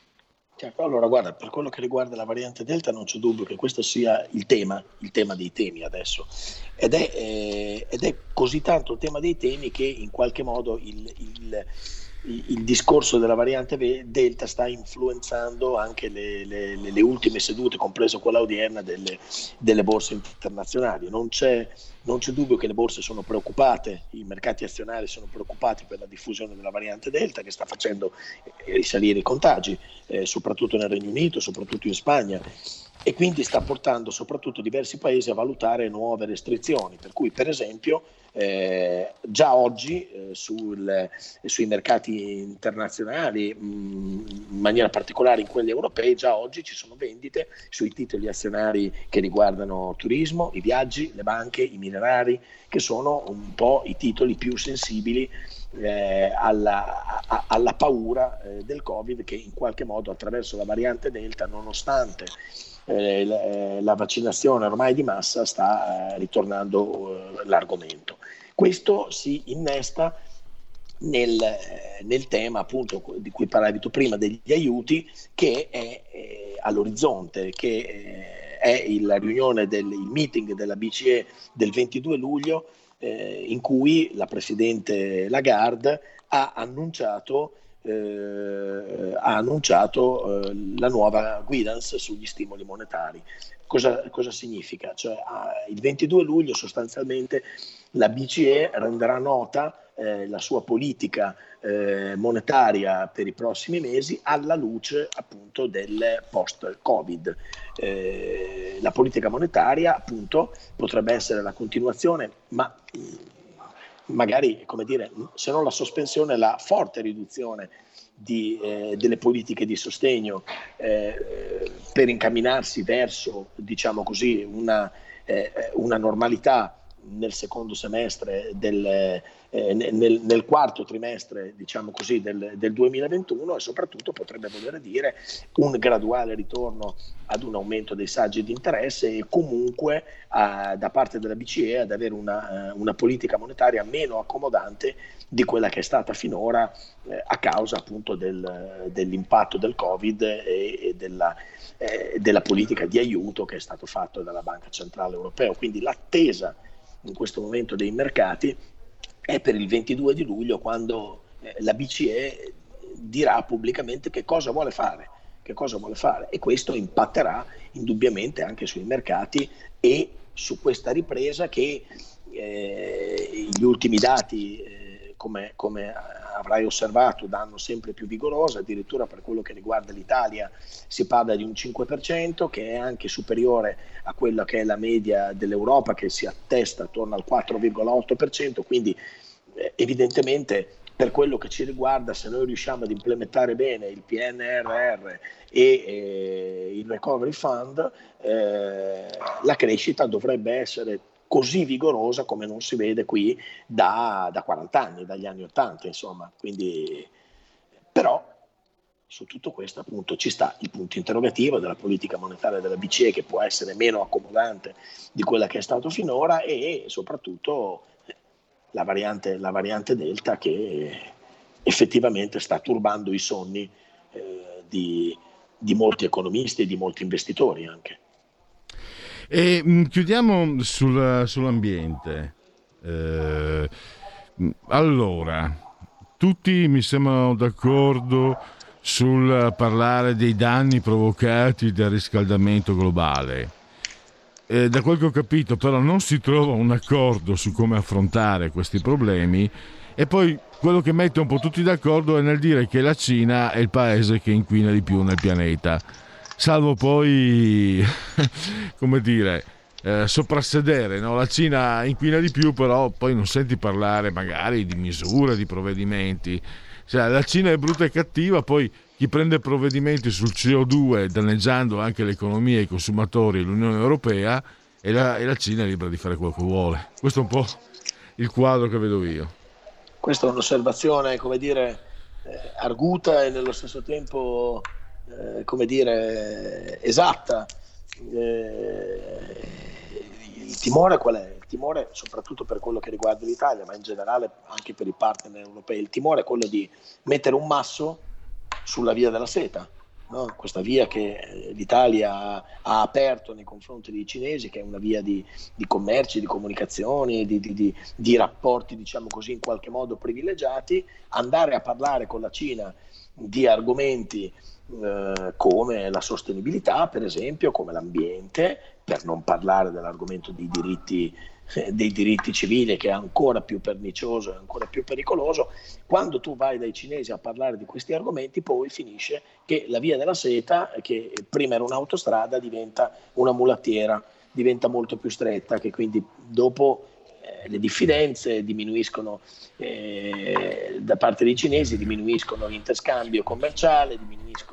Certo, allora guarda, per quello che riguarda la variante Delta non c'è dubbio che questo sia il tema, il tema dei temi adesso, ed è, eh, ed è così tanto il tema dei temi che in qualche modo il, il il discorso della variante Delta sta influenzando anche le, le, le ultime sedute, compreso quella odierna, delle, delle borse internazionali. Non c'è, non c'è dubbio che le borse sono preoccupate, i mercati azionari sono preoccupati per la diffusione della variante Delta che sta facendo risalire i contagi, eh, soprattutto nel Regno Unito, soprattutto in Spagna, e quindi sta portando soprattutto diversi paesi a valutare nuove restrizioni, per cui per esempio Eh, già oggi eh, sul, sui mercati internazionali, mh, in maniera particolare in quelli europei, già oggi ci sono vendite sui titoli azionari che riguardano turismo, i viaggi, le banche, i minerari, che sono un po' i titoli più sensibili eh, alla, a, alla paura eh, del Covid, che in qualche modo attraverso la variante Delta, nonostante Eh, la, la vaccinazione ormai di massa, sta eh, ritornando eh, l'argomento. Questo si innesta nel, eh, nel tema appunto di cui parlavi tu prima, degli aiuti, che è eh, all'orizzonte, che eh, è il, la riunione del il meeting della B C E del ventidue luglio, eh, in cui la Presidente Lagarde ha annunciato eh, ha annunciato eh, la nuova guidance sugli stimoli monetari. Cosa, cosa significa? Cioè, ah, il ventidue luglio sostanzialmente la B C E renderà nota eh, la sua politica eh, monetaria per i prossimi mesi alla luce appunto del post-Covid. Eh, la politica monetaria appunto potrebbe essere la continuazione, ma magari, come dire, se non la sospensione, la forte riduzione di, eh, delle politiche di sostegno eh, per incamminarsi verso, diciamo così, una, eh, una normalità nel secondo semestre del, eh, nel, nel quarto trimestre, diciamo così, del, del duemilaventuno, e soprattutto potrebbe voler dire un graduale ritorno ad un aumento dei saggi di interesse e comunque a, da parte della B C E ad avere una, una politica monetaria meno accomodante di quella che è stata finora eh, a causa appunto del, dell'impatto del Covid e, e della, eh, della politica di aiuto che è stato fatto dalla Banca Centrale Europea. Quindi l'attesa in questo momento dei mercati è per il ventidue di luglio, quando eh, la B C E dirà pubblicamente che cosa vuole fare, che cosa vuole fare, e questo impatterà indubbiamente anche sui mercati e su questa ripresa che eh, gli ultimi dati, eh, come, come avrai osservato, danno sempre più vigorosa. Addirittura per quello che riguarda l'Italia si parla di un cinque per cento, che è anche superiore a quella che è la media dell'Europa, che si attesta attorno al quattro virgola otto per cento. Quindi eh, evidentemente per quello che ci riguarda, se noi riusciamo ad implementare bene il P N R R e eh, il Recovery Fund, eh, la crescita dovrebbe essere così vigorosa come non si vede qui da, da quaranta anni, dagli anni ottanta, insomma. Quindi, però su tutto questo appunto ci sta il punto interrogativo della politica monetaria della B C E, che può essere meno accomodante di quella che è stato finora, e soprattutto la variante, la variante Delta, che effettivamente sta turbando i sogni eh, di, di molti economisti e di molti investitori anche. E mh, chiudiamo sul, sull'ambiente. Eh, allora, tutti mi sembrano d'accordo sul parlare dei danni provocati dal riscaldamento globale. Eh, da quel che ho capito, però, non si trova un accordo su come affrontare questi problemi, e poi quello che mette un po' tutti d'accordo è nel dire che la Cina è il paese che inquina di più nel pianeta. Salvo poi, come dire, eh, soprassedere, no? La Cina inquina di più, però poi non senti parlare magari di misure, di provvedimenti. Cioè, la Cina è brutta e cattiva, poi chi prende provvedimenti sul C O due, danneggiando anche l'economia, i consumatori e l'Unione Europea, e la, e la Cina è libera di fare quello che vuole. Questo è un po' il quadro che vedo io. Questa è un'osservazione, come dire, eh, arguta e nello stesso tempo... Eh, come dire, esatta. Eh, il timore qual è? Il timore, soprattutto per quello che riguarda l'Italia, ma in generale anche per i partner europei, il timore è quello di mettere un masso sulla via della seta, no? Questa via che l'Italia ha, ha aperto nei confronti dei cinesi, che è una via di, di commerci, di comunicazioni, di, di, di, di rapporti, diciamo così, in qualche modo privilegiati. Andare a parlare con la Cina di argomenti Eh, come la sostenibilità, per esempio, come l'ambiente, per non parlare dell'argomento dei diritti, eh, dei diritti civili, che è ancora più pernicioso e ancora più pericoloso. Quando tu vai dai cinesi a parlare di questi argomenti, poi finisce che la via della seta, che prima era un'autostrada, diventa una mulattiera, diventa molto più stretta, che quindi dopo eh, le diffidenze diminuiscono eh, da parte dei cinesi, diminuiscono l'interscambio commerciale, diminuiscono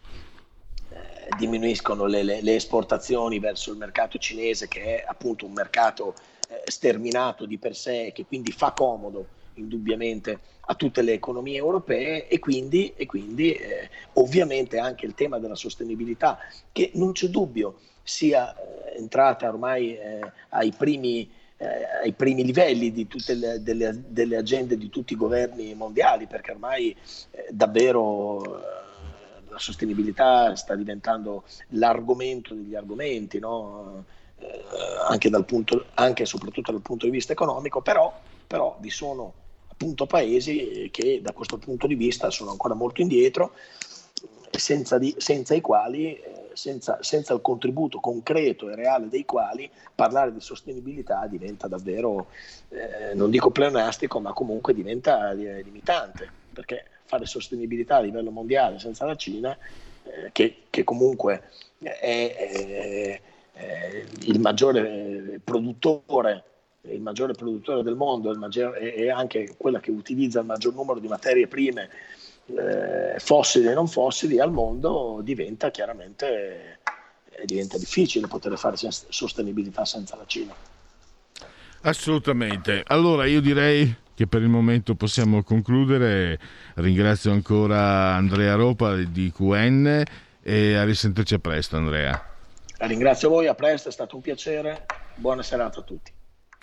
diminuiscono le, le, le esportazioni verso il mercato cinese, che è appunto un mercato eh, sterminato di per sé, che quindi fa comodo indubbiamente a tutte le economie europee, e quindi, e quindi eh, ovviamente anche il tema della sostenibilità, che non c'è dubbio sia eh, entrata ormai eh, ai primi eh, ai primi livelli di tutte le, delle, delle agende di tutti i governi mondiali, perché ormai eh, davvero eh, la sostenibilità sta diventando l'argomento degli argomenti, no? eh, anche, dal punto, anche e soprattutto dal punto di vista economico, però, però vi sono appunto paesi che da questo punto di vista sono ancora molto indietro, senza, di, senza i quali, eh, senza, senza il contributo concreto e reale dei quali parlare di sostenibilità diventa davvero, eh, non dico pleonastico, ma comunque diventa eh, limitante, perché fare sostenibilità a livello mondiale senza la Cina, eh, che, che comunque è, è, è il maggiore produttore il maggiore produttore del mondo, il maggior, è anche quella che utilizza il maggior numero di materie prime eh, fossili e non fossili al mondo, diventa chiaramente eh, diventa difficile poter fare sostenibilità senza la Cina. Assolutamente. Allora io direi che per il momento possiamo concludere. Ringrazio ancora Andrea Ropa di Q N e a risentirci a presto, Andrea. Ringrazio voi, a presto, è stato un piacere, buona serata a tutti.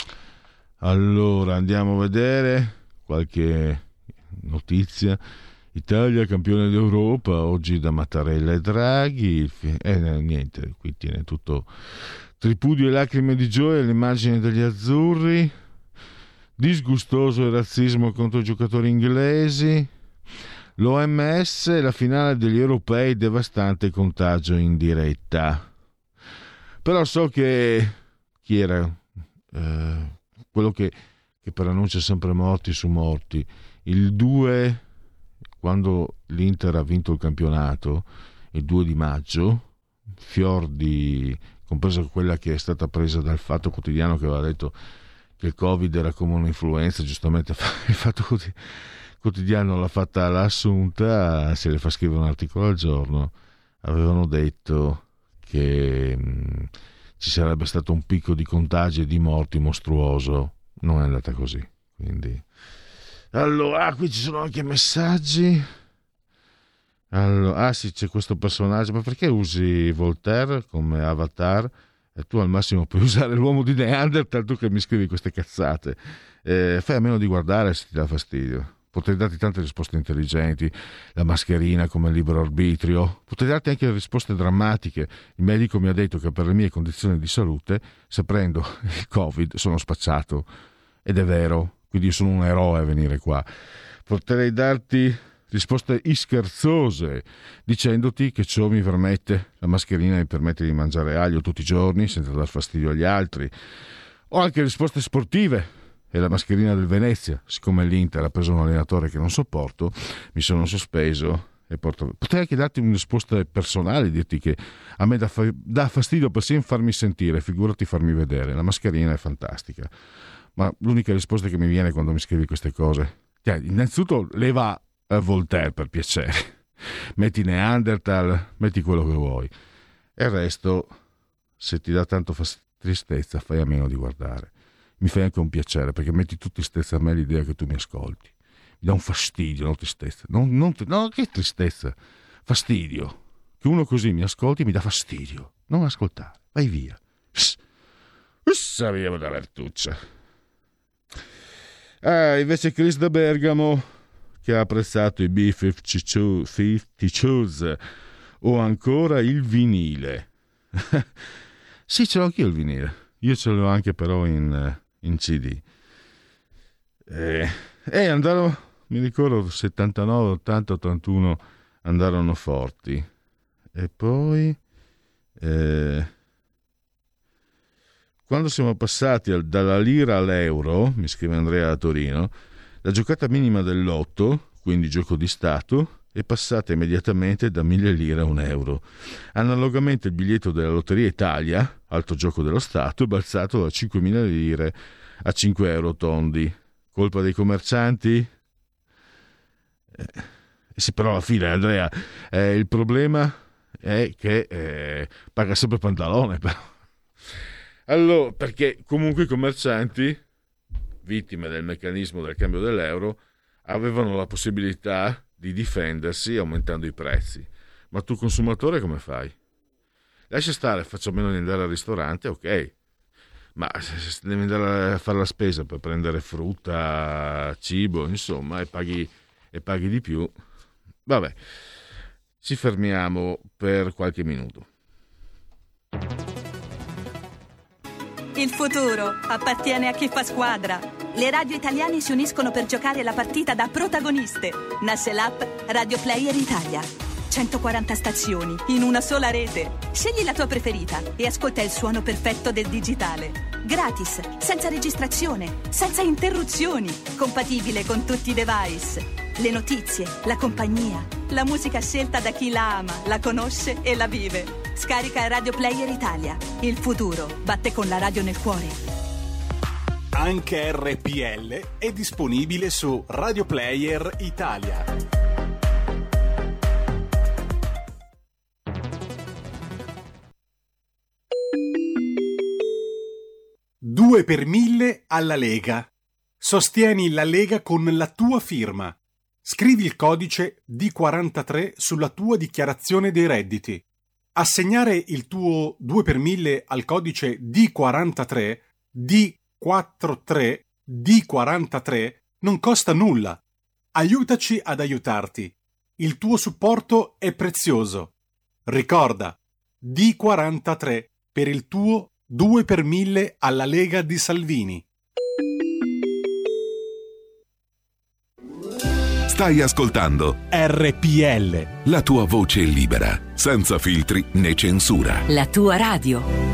Allora andiamo a vedere qualche notizia. Italia campione d'Europa oggi da Mattarella e Draghi. Eh, niente, qui tiene tutto tripudio e lacrime di gioia l'immagine degli azzurri. Disgustoso il razzismo contro i giocatori inglesi. L'O M S, la finale degli europei, devastante contagio in diretta. Però so che chi era eh, quello che, che preannuncia sempre morti su morti, il due, quando l'Inter ha vinto il campionato, il due di maggio, fior di, compresa quella che è stata presa dal Fatto Quotidiano che aveva detto che il Covid era come un'influenza, giustamente il Fatto Quotidiano l'ha fatta l'assunta, se le fa scrivere un articolo al giorno, avevano detto che mh, ci sarebbe stato un picco di contagi e di morti mostruoso. Non è andata così, quindi allora ah, qui ci sono anche messaggi. Allora, ah sì, c'è questo personaggio, ma perché usi Voltaire come avatar e tu al massimo puoi usare l'uomo di Neanderthal, tu che mi scrivi queste cazzate? Eh, fai a meno di guardare se ti dà fastidio. Potrei darti tante risposte intelligenti, la mascherina come libero arbitrio, potrei darti anche risposte drammatiche. Il medico mi ha detto che per le mie condizioni di salute, se prendo il Covid, sono spacciato. Ed è vero, quindi io sono un eroe a venire qua. Potrei darti risposte scherzose, dicendoti che ciò mi permette, la mascherina mi permette di mangiare aglio tutti i giorni senza dar fastidio agli altri. O anche risposte sportive. E la mascherina del Venezia, siccome l'Inter ha preso un allenatore che non sopporto, mi sono sospeso e porto... Potrei anche darti una risposta personale, dirti che a me dà, fa... dà fastidio persino farmi sentire, figurati farmi vedere. La mascherina è fantastica, ma l'unica risposta che mi viene quando mi scrivi queste cose, cioè, innanzitutto leva a Voltaire per piacere, metti Neanderthal, metti quello che vuoi, e il resto, se ti dà tanto fast... tristezza, fai a meno di guardare. Mi fai anche un piacere, perché metti tu tristezza a me l'idea che tu mi ascolti. Mi dà un fastidio, non tristezza. Non, non, no, che tristezza? Fastidio. Che uno così mi ascolti mi dà fastidio. Non ascoltare, vai via. Sapevo da Vertuccia. Ah, invece Chris da Bergamo, che ha apprezzato i B cinquanta Choose o ancora il vinile. Sì, ce l'ho anch'io il vinile. Io ce l'ho anche però in... in C D. E eh, andarono, mi ricordo, settantanove, ottanta, ottantuno andarono forti. E poi eh, quando siamo passati al, dalla lira all'euro, mi scrive Andrea da Torino, la giocata minima del lotto, quindi gioco di Stato, è passata immediatamente da mille lire a un euro. Analogamente il biglietto della Lotteria Italia, alto gioco dello Stato, è balzato da cinquemila lire a cinque euro tondi. Colpa dei commercianti? Eh, sì, però alla fine, Andrea, eh, il problema è che eh, paga sempre pantalone, però. Allora, perché comunque i commercianti, vittime del meccanismo del cambio dell'euro, avevano la possibilità di difendersi aumentando i prezzi. Ma tu consumatore come fai? Lascia stare, faccio meno di andare al ristorante, ok, ma se devi andare a fare la spesa per prendere frutta, cibo, insomma, e paghi, e paghi di più, vabbè, ci fermiamo per qualche minuto. Il futuro appartiene a chi fa squadra. Le radio italiane si uniscono per giocare la partita da protagoniste. Nasce l'app Radio Player Italia. centoquaranta stazioni in una sola rete. Scegli la tua preferita e ascolta il suono perfetto del digitale. Gratis, senza registrazione, senza interruzioni, compatibile con tutti i device. Le notizie, la compagnia, la musica scelta da chi la ama, la conosce e la vive. Scarica Radio Player Italia. Il futuro batte con la radio nel cuore. Anche R P L è disponibile su Radio Player Italia. due per mille alla Lega. Sostieni la Lega con la tua firma. Scrivi il codice D quarantatré sulla tua dichiarazione dei redditi. Assegnare il tuo due per mille al codice D quarantatré, D quarantatré, D quarantatré non costa nulla. Aiutaci ad aiutarti. Il tuo supporto è prezioso. Ricorda, D quarantatré per il tuo due per mille alla Lega di Salvini. Stai ascoltando R P L, la tua voce libera, senza filtri né censura. La tua radio.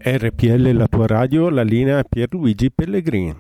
R P L, la tua radio, la linea Pierluigi Pellegrini.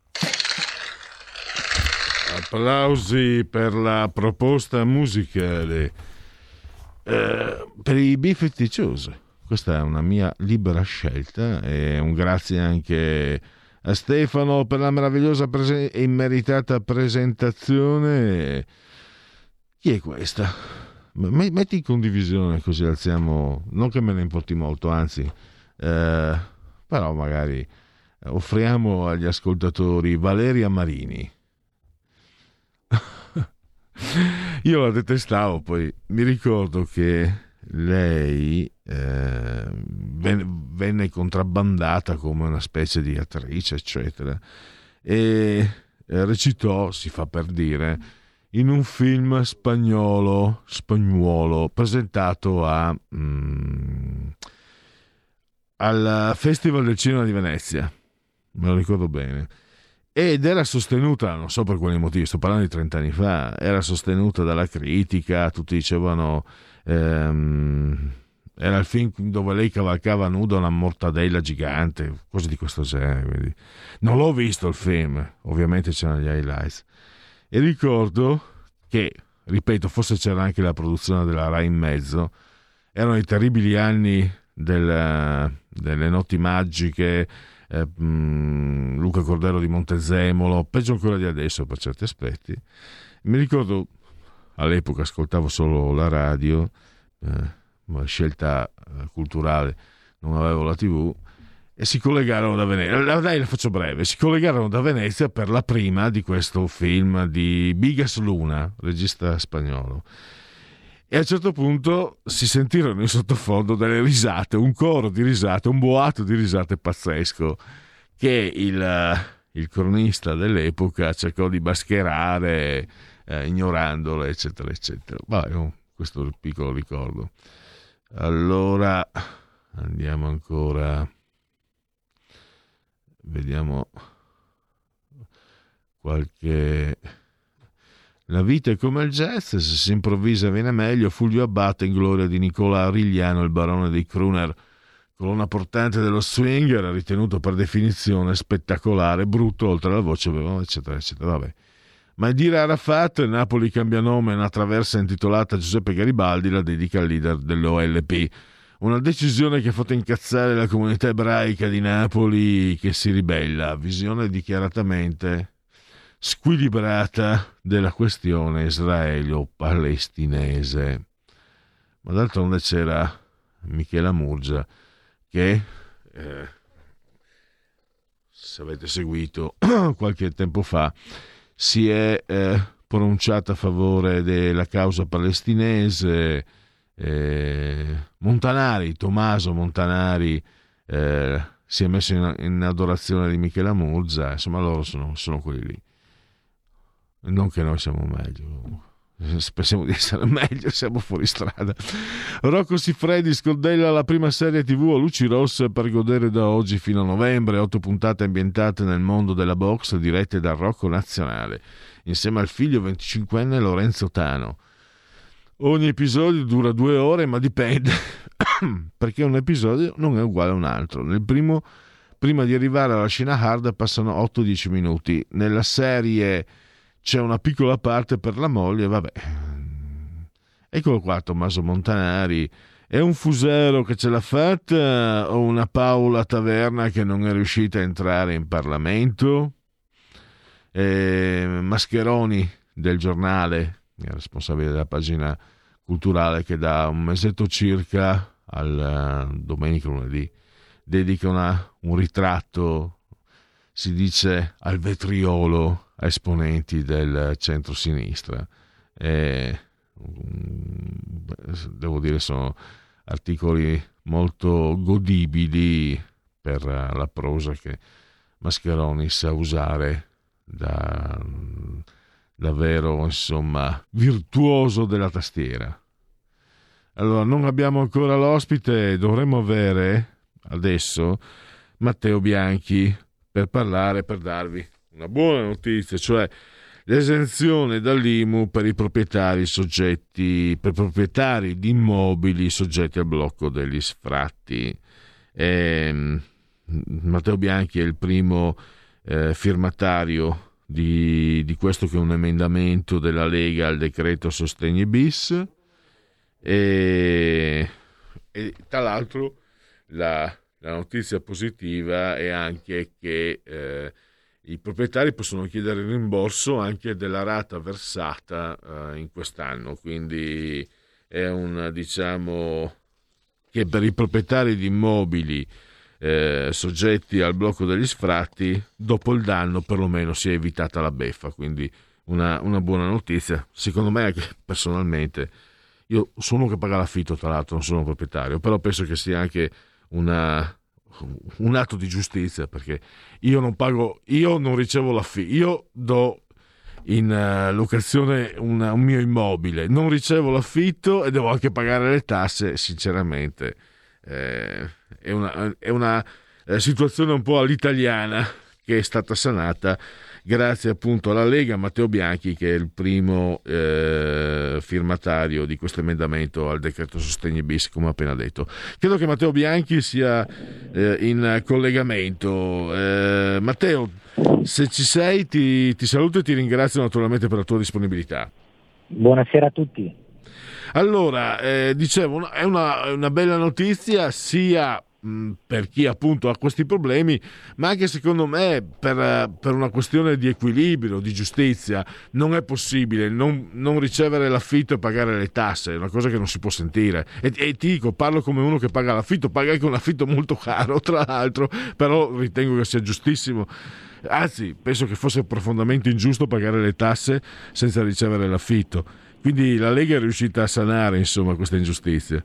Applausi per la proposta musicale. Eh, per i B-cinquantadue, questa è una mia libera scelta e un grazie anche a Stefano per la meravigliosa prese- e immeritata presentazione. Chi è questa? M- metti in condivisione così alziamo, non che me ne importi molto, anzi, eh, però magari offriamo agli ascoltatori Valeria Marini. Io la detestavo, poi mi ricordo che lei eh, venne contrabbandata come una specie di attrice, eccetera, e recitò, si fa per dire, in un film spagnolo, spagnuolo presentato a, mm, al Festival del Cinema di Venezia, me lo ricordo bene. Ed era sostenuta, non so per quali motivi, sto parlando di trent'anni fa, era sostenuta dalla critica, tutti dicevano ehm, era il film dove lei cavalcava nuda una mortadella gigante, cose di questo genere. Quindi non l'ho visto il film, ovviamente c'erano gli highlights. E ricordo che, ripeto, forse c'era anche la produzione della Rai in mezzo, erano i terribili anni del, delle notti magiche, Eh, mh, Luca Cordero di Montezemolo, peggio ancora di adesso per certi aspetti. Mi ricordo, all'epoca ascoltavo solo la radio, eh, scelta culturale, non avevo la tivù, e si collegarono da Venezia, dai la faccio breve, si collegarono da Venezia per la prima di questo film di Bigas Luna, regista spagnolo. E a un certo punto si sentirono in sottofondo delle risate, un coro di risate, un boato di risate pazzesco che il, il cronista dell'epoca cercò di mascherare, eh, ignorandolo, eccetera, eccetera. Vabbè, questo è il piccolo ricordo. Allora, andiamo ancora, vediamo qualche... La vita è come il jazz, se si improvvisa viene meglio. Fulvio Abate in gloria di Nicola Arigliano, il barone dei crooner, colonna portante dello swing, era ritenuto per definizione spettacolare, brutto, oltre alla voce, eccetera, eccetera. Vabbè. Ma dire Arafat, Napoli cambia nome, una traversa intitolata Giuseppe Garibaldi la dedica al leader dell'O L P. Una decisione che ha fatto incazzare la comunità ebraica di Napoli, che si ribella. Visione dichiaratamente squilibrata della questione israelo-palestinese. Ma d'altronde c'era Michela Murgia che, eh, se avete seguito qualche tempo fa, si è eh, pronunciata a favore della causa palestinese. eh, Montanari, Tommaso Montanari, eh, si è messo in, in adorazione di Michela Murgia. Insomma, loro sono, sono quelli lì. Non che noi siamo meglio, pensiamo di essere meglio, siamo fuori strada. Rocco Siffredi scodella la prima serie tivù a luci rosse per godere da oggi fino a novembre, otto puntate ambientate nel mondo della box dirette dal Rocco Nazionale, insieme al figlio venticinquenne Lorenzo Tano. Ogni episodio dura due ore, ma dipende, perché un episodio non è uguale a un altro. Nel primo, prima di arrivare alla scena hard, passano otto dieci minuti. Nella serie c'è una piccola parte per la moglie, vabbè. Eccolo qua, Tommaso Montanari. È un Fusero che ce l'ha fatta o una Paola Taverna che non è riuscita a entrare in Parlamento? E Mascheroni del giornale, il responsabile della pagina culturale, che da un mesetto circa, al uh, domenica lunedì, dedica una, un ritratto, si dice al vetriolo, a esponenti del centro-sinistra. E, devo dire, sono articoli molto godibili per la prosa che Mascheroni sa usare, da davvero, insomma, virtuoso della tastiera. Allora, non abbiamo ancora l'ospite, dovremmo avere adesso Matteo Bianchi per parlare, per darvi una buona notizia, cioè l'esenzione dall'I M U per i proprietari soggetti, per proprietari di immobili soggetti al blocco degli sfratti. E, Matteo Bianchi è il primo eh, firmatario di, di questo che è un emendamento della Lega al decreto sostegni bis e, e tra l'altro la, la notizia positiva è anche che eh, i proprietari possono chiedere il rimborso anche della rata versata eh, in quest'anno, quindi è un, diciamo, che per i proprietari di immobili eh, soggetti al blocco degli sfratti, dopo il danno perlomeno si è evitata la beffa, quindi una, una buona notizia. Secondo me, anche personalmente, io sono uno che paga l'affitto, tra l'altro non sono proprietario, però penso che sia anche una, un atto di giustizia, perché io non pago, io non ricevo l'affitto, io do in uh, locazione una, un mio immobile, non ricevo l'affitto e devo anche pagare le tasse. Sinceramente eh, è una, è una eh, situazione un po' all'italiana, che è stata sanata grazie appunto alla Lega, Matteo Bianchi, che è il primo eh, firmatario di questo emendamento al decreto sostegni bis, come ho appena detto. Credo che Matteo Bianchi sia eh, in collegamento. eh, Matteo, se ci sei, ti, ti saluto e ti ringrazio naturalmente per la tua disponibilità. Buonasera a tutti. Allora, eh, dicevo, è una, una bella notizia sia mh, per chi appunto ha questi problemi, ma anche secondo me per, per una questione di equilibrio, di giustizia. Non è possibile non, non ricevere l'affitto e pagare le tasse, è una cosa che non si può sentire. E, e ti dico, parlo come uno che paga l'affitto, paga anche un affitto molto caro tra l'altro, però ritengo che sia giustissimo. Anzi, penso che fosse profondamente ingiusto pagare le tasse senza ricevere l'affitto. Quindi la Lega è riuscita a sanare, insomma, questa ingiustizia.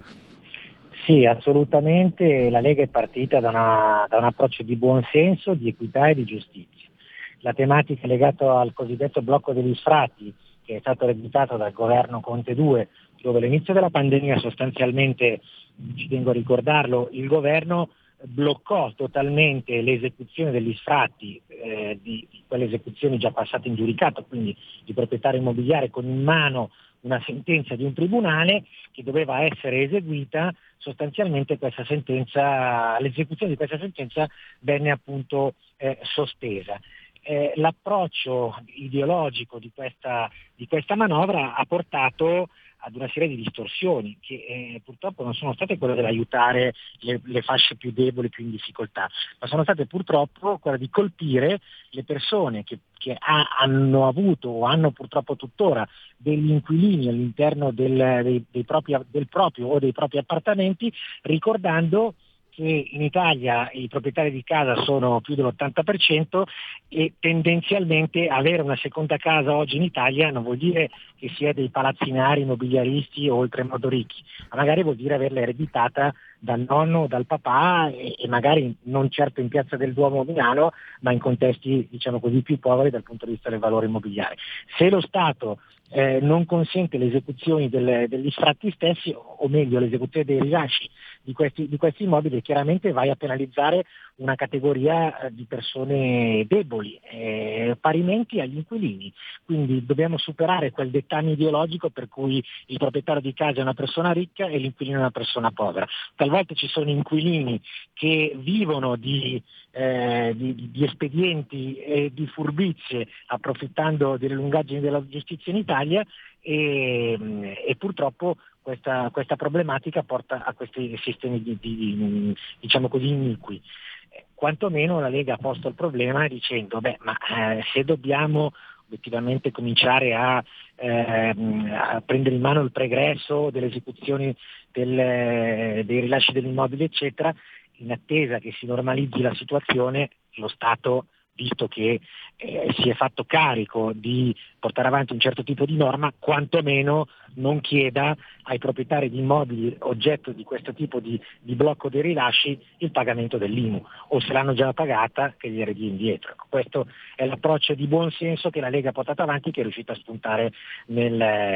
Sì, assolutamente. La Lega è partita da, una, da un approccio di buonsenso, di equità e di giustizia. La tematica legata al cosiddetto blocco degli sfratti, che è stato ereditato dal governo Conte due, dove all'inizio della pandemia sostanzialmente, ci tengo a ricordarlo, il governo bloccò totalmente l'esecuzione degli sfratti, eh, di, di quelle esecuzioni già passate in giudicato, quindi di proprietario immobiliare con in mano una sentenza di un tribunale che doveva essere eseguita. Sostanzialmente questa sentenza, l'esecuzione di questa sentenza venne appunto eh, sospesa. Eh, l'approccio ideologico di questa, di questa manovra ha portato ad una serie di distorsioni che eh, purtroppo non sono state quelle dell'aiutare le, le fasce più deboli, più in difficoltà, ma sono state purtroppo quelle di colpire le persone che, che ha, hanno avuto o hanno purtroppo tuttora degli inquilini all'interno del, dei, dei propri, del proprio o dei propri appartamenti, ricordando che in Italia i proprietari di casa sono più dell'ottanta per cento e tendenzialmente avere una seconda casa oggi in Italia non vuol dire che sia dei palazzinari immobiliaristi o oltremodo ricchi, ma magari vuol dire averla ereditata dal nonno o dal papà e, e magari non certo in Piazza del Duomo a Milano, ma in contesti, diciamo così, più poveri dal punto di vista del valore immobiliare. Se lo Stato eh, non consente le esecuzioni del, degli sfratti stessi, o meglio l'esecuzione dei rilasci di questi, di questi immobili, chiaramente vai a penalizzare una categoria di persone deboli, eh, parimenti agli inquilini. Quindi dobbiamo superare quel dettame ideologico per cui il proprietario di casa è una persona ricca e l'inquilino è una persona povera. Talvolta ci sono inquilini che vivono di, eh, di, di espedienti e di furbizie, approfittando delle lungaggini della giustizia in Italia, e, e purtroppo questa, questa problematica porta a questi sistemi di, di, diciamo così, iniqui. Quantomeno la Lega ha posto il problema dicendo beh, ma eh, se dobbiamo obiettivamente cominciare a, eh, a prendere in mano il pregresso delle esecuzioni del, dei rilasci dell'immobile eccetera, in attesa che si normalizzi la situazione, lo Stato, visto che eh, si è fatto carico di portare avanti un certo tipo di norma, quantomeno non chieda ai proprietari di immobili oggetto di questo tipo di, di blocco dei rilasci il pagamento dell'I M U, o se l'hanno già pagata che glieli dia indietro. Questo è l'approccio di buon senso che la Lega ha portato avanti, che è riuscita a spuntare nel,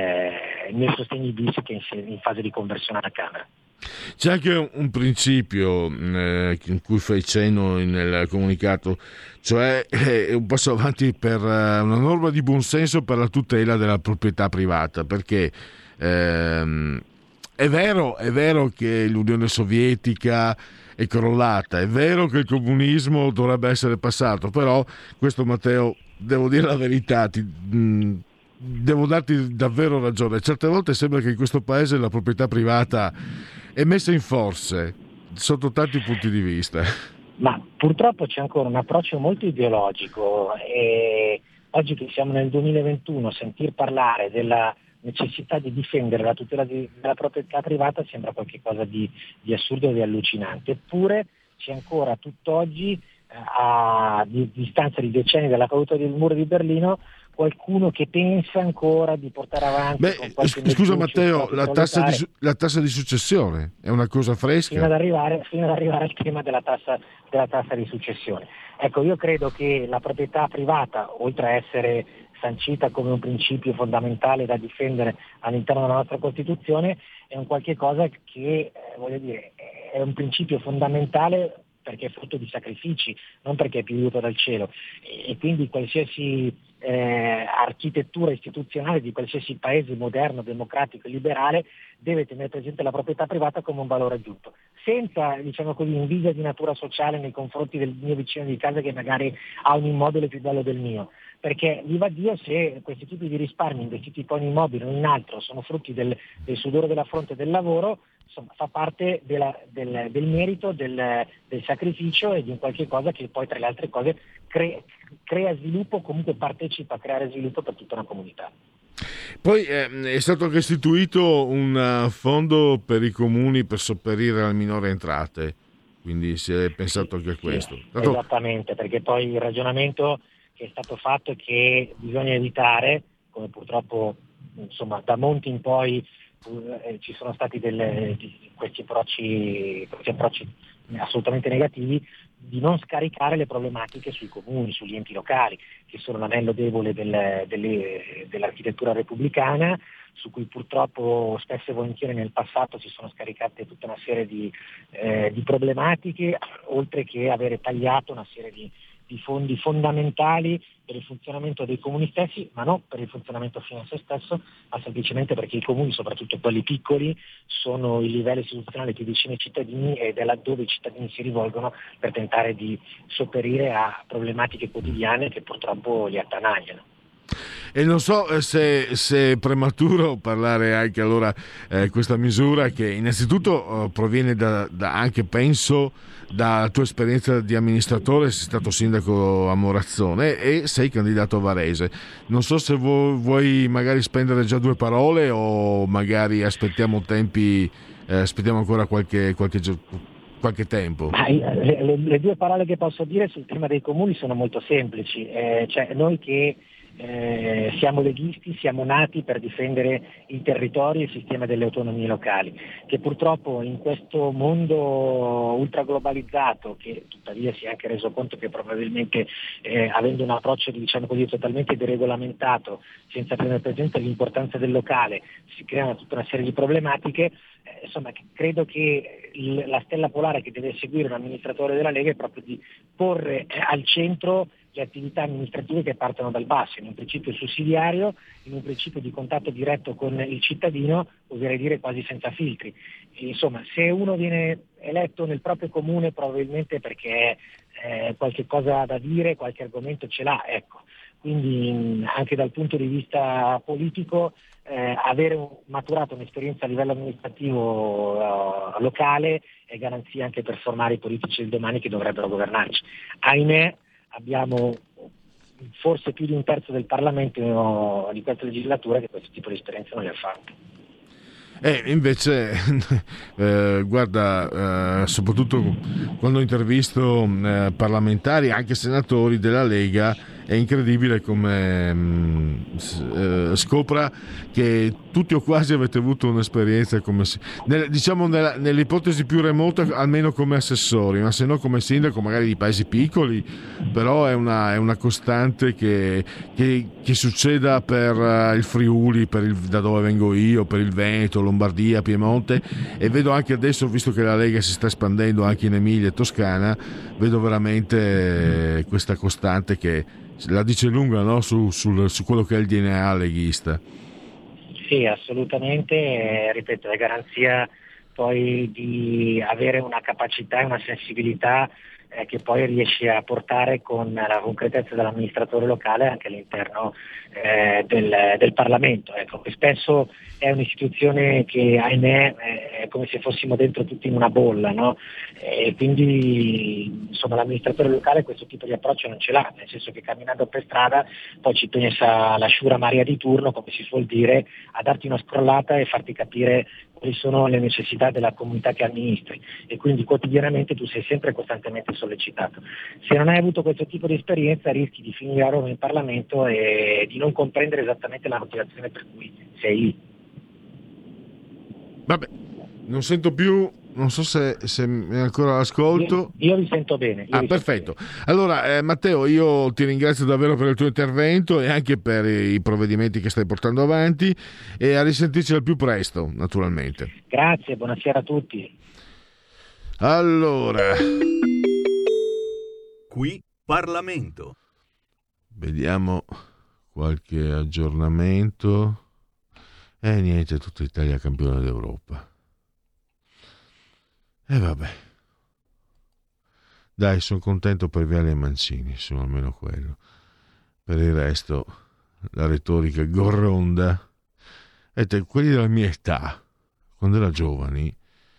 nel sostegni bis che è in, in fase di conversione alla Camera. C'è anche un principio eh, in cui fai cenno nel comunicato, cioè eh, un passo avanti per uh, una norma di buonsenso per la tutela della proprietà privata, perché ehm, è vero, è vero che l'Unione Sovietica è crollata, è vero che il comunismo dovrebbe essere passato, però questo, Matteo, devo dire la verità, ti, mh, devo darti davvero ragione. Certe volte sembra che in questo paese la proprietà privata è messa in forze sotto tanti punti di vista. Ma purtroppo c'è ancora un approccio molto ideologico e oggi che siamo nel duemilaventuno sentir parlare della necessità di difendere la tutela di, della proprietà privata sembra qualcosa di, di assurdo e di allucinante. Eppure c'è ancora tutt'oggi, eh, a di, distanza di decenni dalla caduta del muro di Berlino, qualcuno che pensa ancora di portare avanti. Beh, con scusa Matteo, la tassa, di, la tassa di successione è una cosa fresca. Fino ad arrivare, fino ad arrivare al tema della tassa, della tassa di successione. Ecco, io credo che la proprietà privata, oltre a essere sancita come un principio fondamentale da difendere all'interno della nostra Costituzione, è un qualche cosa che, eh, voglio dire, è un principio fondamentale perché è frutto di sacrifici, non perché è piovuto dal cielo, e quindi qualsiasi eh, architettura istituzionale di qualsiasi paese moderno, democratico e liberale deve tenere presente la proprietà privata come un valore aggiunto, senza, diciamo così, invidia di natura sociale nei confronti del mio vicino di casa che magari ha un immobile più bello del mio, perché viva Dio se questi tipi di risparmi investiti poi in immobile o in altro sono frutti del, del sudore della fronte e del lavoro, insomma fa parte della, del, del merito, del, del sacrificio e di un qualche cosa che poi tra le altre cose cre, crea sviluppo, comunque partecipa a creare sviluppo per tutta una comunità. Poi eh, è stato anche istituito un uh, fondo per i comuni per sopperire alle minori entrate, quindi si è pensato anche a questo. Sì, Tanto... Esattamente, perché poi il ragionamento che è stato fatto è che bisogna evitare, come purtroppo insomma da Monti in poi eh, ci sono stati delle, di, questi approcci, questi approcci assolutamente negativi, di non scaricare le problematiche sui comuni, sugli enti locali, che sono l'anello debole del, delle, dell'architettura repubblicana, su cui purtroppo spesso e volentieri nel passato si sono scaricate tutta una serie di, eh, di problematiche, oltre che avere tagliato una serie di di fondi fondamentali per il funzionamento dei comuni stessi, ma non per il funzionamento fine a se stesso, ma semplicemente perché i comuni, soprattutto quelli piccoli, sono il livello istituzionale più vicino ai cittadini ed è laddove i cittadini si rivolgono per tentare di sopperire a problematiche quotidiane che purtroppo li attanagliano. E non so se, se è prematuro parlare anche allora eh, questa misura che innanzitutto eh, proviene da, da anche penso dalla tua esperienza di amministratore, sei stato sindaco a Morazzone e sei candidato a Varese. Non so se vuoi, vuoi magari spendere già due parole o magari aspettiamo tempi, eh, aspettiamo ancora qualche, qualche, qualche tempo. Le, le, le due parole che posso dire sul tema dei comuni sono molto semplici, eh, cioè noi che Eh, siamo leghisti, siamo nati per difendere il territorio e il sistema delle autonomie locali, che purtroppo in questo mondo ultraglobalizzato, che tuttavia si è anche reso conto che probabilmente eh, avendo un approccio diciamo così totalmente deregolamentato, senza tenere presente l'importanza del locale, si creano tutta una serie di problematiche. Eh, insomma, credo che il, la stella polare che deve seguire un amministratore della Lega è proprio di porre eh, al centro le attività amministrative che partono dal basso, in un principio sussidiario, in un principio di contatto diretto con il cittadino, oserei dire quasi senza filtri. E, insomma, se uno viene eletto nel proprio comune probabilmente perché eh, qualche cosa da dire, qualche argomento ce l'ha, ecco. Quindi anche dal punto di vista politico eh, avere maturato un'esperienza a livello amministrativo uh, locale è garanzia anche per formare i politici del domani che dovrebbero governarci. Ahimè, abbiamo forse più di un terzo del Parlamento di questa legislatura che questo tipo di esperienza non le ha fatte. E eh, invece, eh, guarda, eh, soprattutto quando intervisto eh, parlamentari, anche senatori della Lega, è incredibile come mh, eh, scopra che tutti o quasi avete avuto un'esperienza come nel, diciamo nella, nell'ipotesi più remota almeno come assessori, ma se no come sindaco magari di paesi piccoli, però è una, è una costante che, che, che succeda per uh, il Friuli, per il, da dove vengo io, per il Veneto, Lombardia, Piemonte, e vedo anche adesso, visto che la Lega si sta espandendo anche in Emilia e Toscana, vedo veramente eh, questa costante che la dice lunga, no? su, sul, su quello che è il D N A leghista. Sì, Sì, assolutamente, eh, ripeto, è garanzia poi di avere una capacità e una sensibilità eh, che poi riesce a portare con la concretezza dell'amministratore locale anche all'interno eh, del, del Parlamento. Ecco, che spesso è un'istituzione che, ahimè, è come se fossimo dentro tutti in una bolla, no? E quindi insomma l'amministratore locale questo tipo di approccio non ce l'ha, nel senso che camminando per strada poi ci pensa la sciura Maria di turno, come si suol dire, a darti una scrollata e farti capire quali sono le necessità della comunità che amministri, e quindi quotidianamente tu sei sempre costantemente sollecitato. Se non hai avuto questo tipo di esperienza rischi di finire a Roma in Parlamento e di non comprendere esattamente la motivazione per cui sei lì. Vabbè, non sento più, non so se, se mi ancora ascolto. Io, io vi sento bene. Io ah, perfetto. Bene. Allora, eh, Matteo, io ti ringrazio davvero per il tuo intervento e anche per i provvedimenti che stai portando avanti, e a risentirci al più presto, naturalmente. Grazie, buonasera a tutti. Allora, qui Parlamento. Vediamo qualche aggiornamento. E eh, niente, tutta Italia campione d'Europa. E eh, vabbè. Dai, sono contento per Viale e Mancini, sono almeno quello. Per il resto, la retorica gorronda. E te, quelli della mia età, quando erano giovani,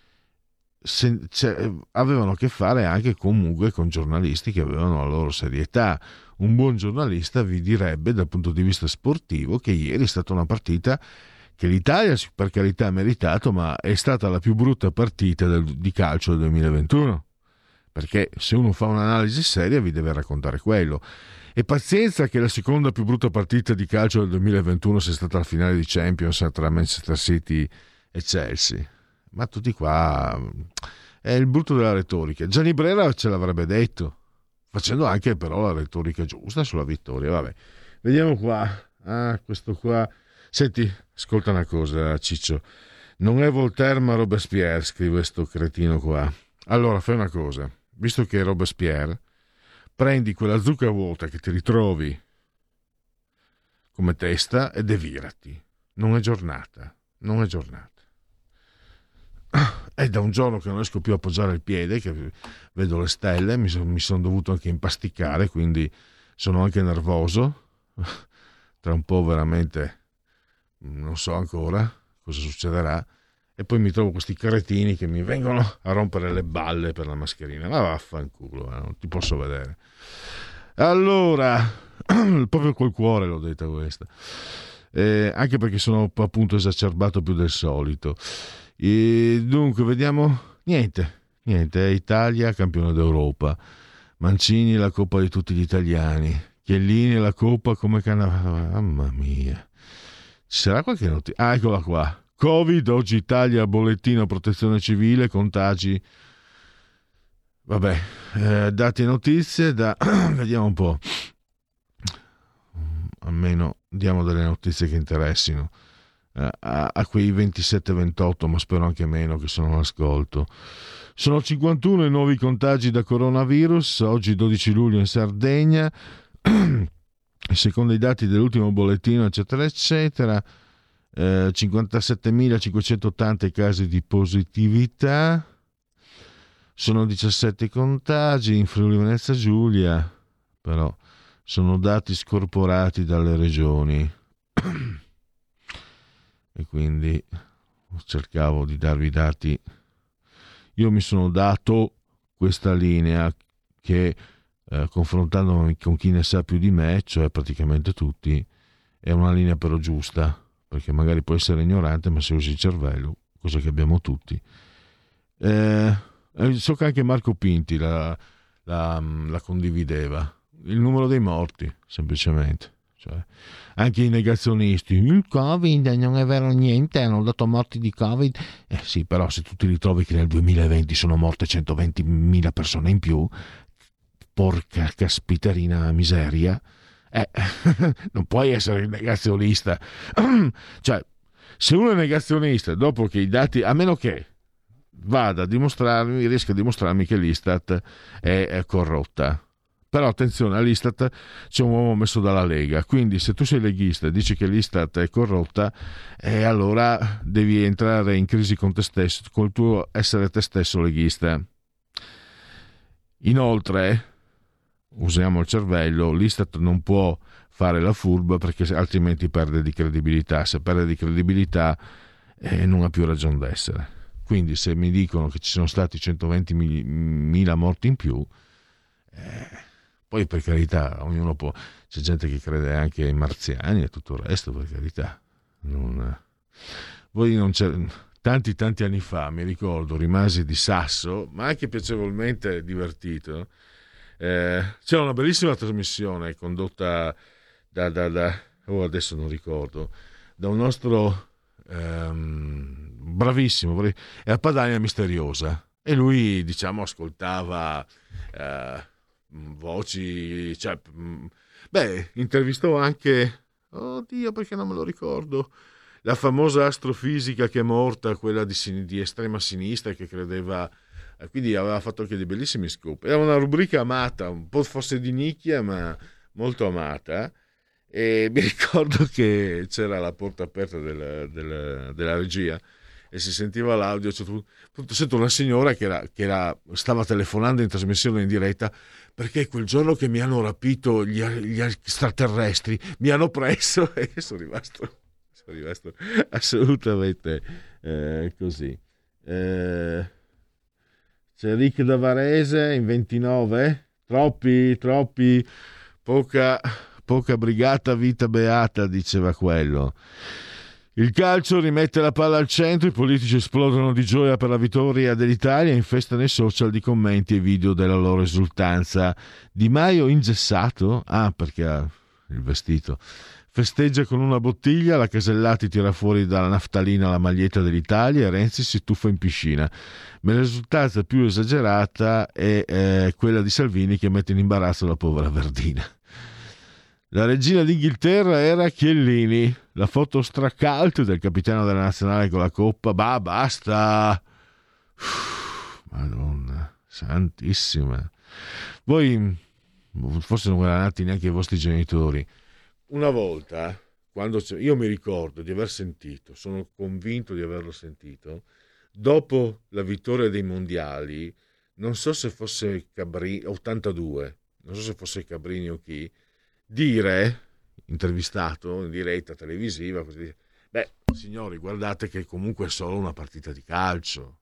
se, cioè, avevano a che fare anche comunque con giornalisti che avevano la loro serietà. Un buon giornalista vi direbbe, dal punto di vista sportivo, che ieri è stata una partita che l'Italia, per carità, ha meritato, ma è stata la più brutta partita del, di calcio del duemilaventuno, perché se uno fa un'analisi seria vi deve raccontare quello. E pazienza che la seconda più brutta partita di calcio del duemilaventuno sia stata la finale di Champions tra Manchester City e Chelsea, ma tutti qua è il brutto della retorica. Gianni Brera ce l'avrebbe detto, facendo anche però la retorica giusta sulla vittoria. Vabbè, vediamo qua. Ah, questo qua. Senti, ascolta una cosa, Ciccio. Non è Voltaire ma Robespierre, scrive sto cretino qua. Allora, fai una cosa. Visto che è Robespierre, prendi quella zucca vuota che ti ritrovi come testa e devirati. Non è giornata. Non è giornata. È da un giorno che non riesco più a appoggiare il piede, che vedo le stelle, mi sono son dovuto anche impasticare, quindi sono anche nervoso. Tra un po' veramente... non so ancora cosa succederà, e poi mi trovo questi cretini che mi vengono a rompere le balle per la mascherina. Ma vaffanculo, eh, non ti posso vedere. Allora, proprio col cuore l'ho detta questa, eh, anche perché sono appunto esacerbato più del solito. E dunque, vediamo. Niente, niente, è Italia campione d'Europa, Mancini la coppa di tutti gli italiani, Chiellini la coppa come Cannavaro. Mamma mia. Ci sarà qualche notizia? Ah, eccola qua. Covid, oggi Italia, bollettino, protezione civile, contagi. Vabbè, eh, dati e notizie, da... vediamo un po'. Almeno diamo delle notizie che interessino eh, a, a quei ventisette ventotto, ma spero anche meno, che sono all'ascolto. Sono cinquantuno i nuovi contagi da coronavirus, oggi dodici luglio in Sardegna. Secondo i dati dell'ultimo bollettino, eccetera eccetera, eh, cinquantasettemilacinquecentottanta i casi di positività, sono diciassette contagi in Friuli Venezia Giulia, però sono dati scorporati dalle regioni e quindi cercavo di darvi dati. Io mi sono dato questa linea che, Eh, confrontandomi con chi ne sa più di me, cioè praticamente tutti, è una linea però giusta, perché magari può essere ignorante, ma se usi il cervello, cosa che abbiamo tutti. Eh, so che anche Marco Pinti la, la, la condivideva, il numero dei morti, semplicemente. Cioè, anche i negazionisti, il Covid non è vero niente, hanno dato morti di Covid. Eh sì, però se tu ti ritrovi che nel duemilaventi sono morte centoventimila persone in più, porca caspiterina miseria, eh, non puoi essere negazionista. Cioè, se uno è negazionista dopo che i dati, a meno che vada a dimostrarmi, riesca a dimostrarmi che l'Istat è, è corrotta, Però attenzione, all'Istat c'è un uomo messo dalla Lega, quindi se tu sei leghista e dici che l'Istat è corrotta, eh, allora devi entrare in crisi con te stesso, col tuo essere te stesso leghista. Inoltre, usiamo il cervello, l'Istat non può fare la furba perché altrimenti perde di credibilità. Se perde di credibilità eh, non ha più ragione d'essere. Quindi se mi dicono che ci sono stati centoventimila morti in più, eh, poi per carità, ognuno può, c'è gente che crede anche ai marziani e tutto il resto, per carità. Non, voi non c'è, tanti tanti anni fa, mi ricordo, rimasi di sasso, ma anche piacevolmente divertito. Eh, c'era una bellissima trasmissione condotta da, da, da oh, adesso non ricordo, da un nostro ehm, bravissimo, è a Padania Misteriosa, e lui, diciamo, ascoltava eh, voci, cioè, beh, intervistò anche, oddio, perché non me lo ricordo, la famosa astrofisica che è morta, quella di, di estrema sinistra, che credeva, quindi aveva fatto anche dei bellissimi scoop. Era una rubrica amata, un po' forse di nicchia, ma molto amata, e mi ricordo che c'era la porta aperta della, della, della regia e si sentiva l'audio. Sento una signora che, era, che era, stava telefonando in trasmissione in diretta, perché quel giorno che mi hanno rapito gli, gli extraterrestri mi hanno preso, e sono rimasto, sono rimasto assolutamente eh, così. Eh, c'è Rick da Varese in ventinove, troppi, troppi, poca, poca brigata, vita beata, diceva quello. Il calcio rimette la palla al centro, i politici esplodono di gioia per la vittoria dell'Italia e infestano i social di commenti e video della loro esultanza. Di Maio ingessato? Ah, perché ha il vestito. Festeggia con una bottiglia, la Casellati tira fuori dalla naftalina la maglietta dell'Italia e Renzi si tuffa in piscina. Ma la risultanza più esagerata è eh, quella di Salvini, che mette in imbarazzo la povera Verdina. La regina d'Inghilterra era Chiellini, la foto stracalt del capitano della nazionale con la coppa. Bah, basta! Uff, Madonna santissima. Voi forse non erano nati neanche i vostri genitori. Una volta, quando io mi ricordo di aver sentito, sono convinto di averlo sentito, dopo la vittoria dei mondiali, non so se fosse Cabrini, ottantadue, non so se fosse Cabrini o chi, dire, intervistato in diretta televisiva, così, beh, signori, guardate che comunque è solo una partita di calcio.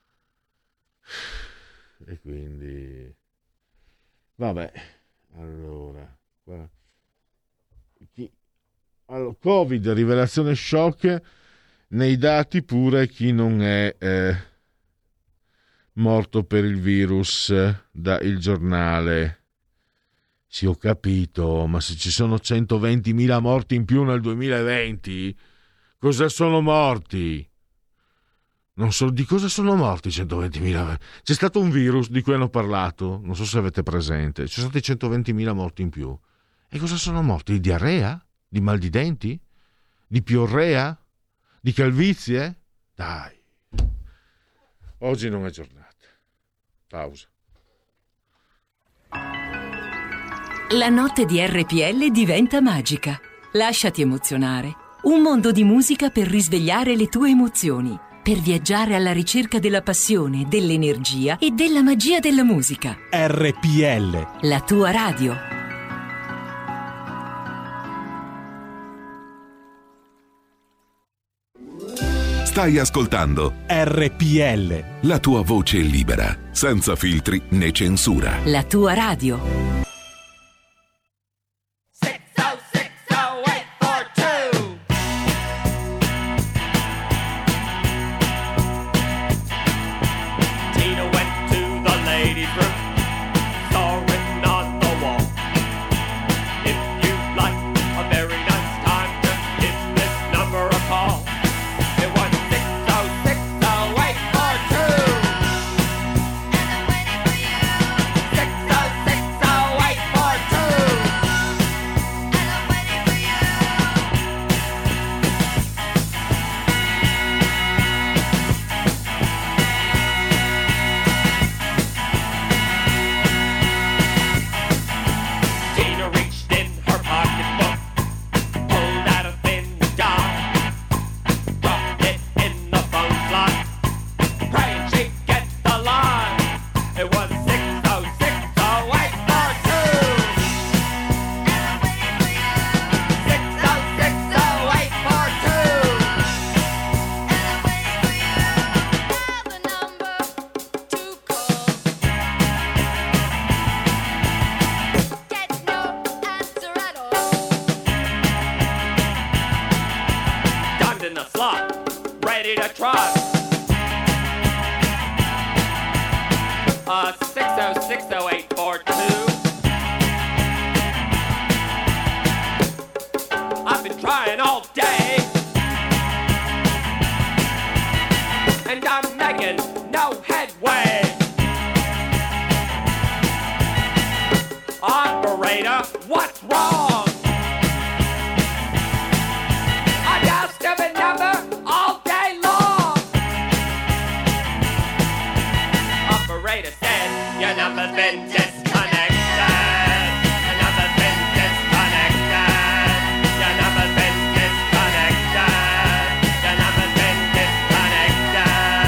E quindi, vabbè, allora, qua. Chi, allora, Covid, rivelazione shock, nei dati pure chi non è eh, morto per il virus da Il Giornale. Sì, ho capito, ma se ci sono centoventimila morti in più nel duemilaventi, cosa sono morti? Non so di cosa sono morti centoventimila. C'è stato un virus di cui hanno parlato, non so se avete presente, ci sono stati centoventimila morti in più. E cosa sono morti? Di diarrea? Di mal di denti? Di piorrea? Di calvizie? Dai. Oggi non è giornata. Pausa. La notte di R P L diventa magica. Lasciati emozionare. Un mondo di musica per risvegliare le tue emozioni, per viaggiare alla ricerca della passione, dell'energia e della magia della musica. R P L, la tua radio. Stai ascoltando R P L, la tua voce libera, senza filtri né censura. La tua radio. Six oh six oh eight It was six oh six oh eight four two. six oh six oh eight four two. Gunned in the slot, ready to trot. Uh, six oh six oh eight four two. I've been trying all day, and I'm making no headway. Operator, what's wrong? I dial stupid number all day long. Operator said your number's been disconnected. Your number's been disconnected. Your number's been disconnected. Your number's been disconnected.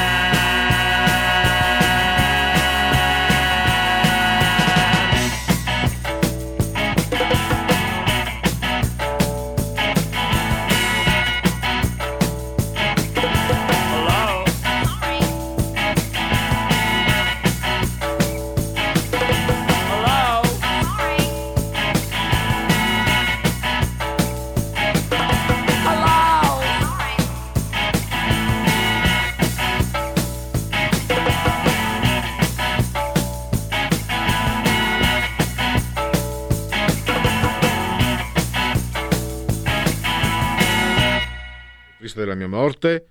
Triste della mia morte.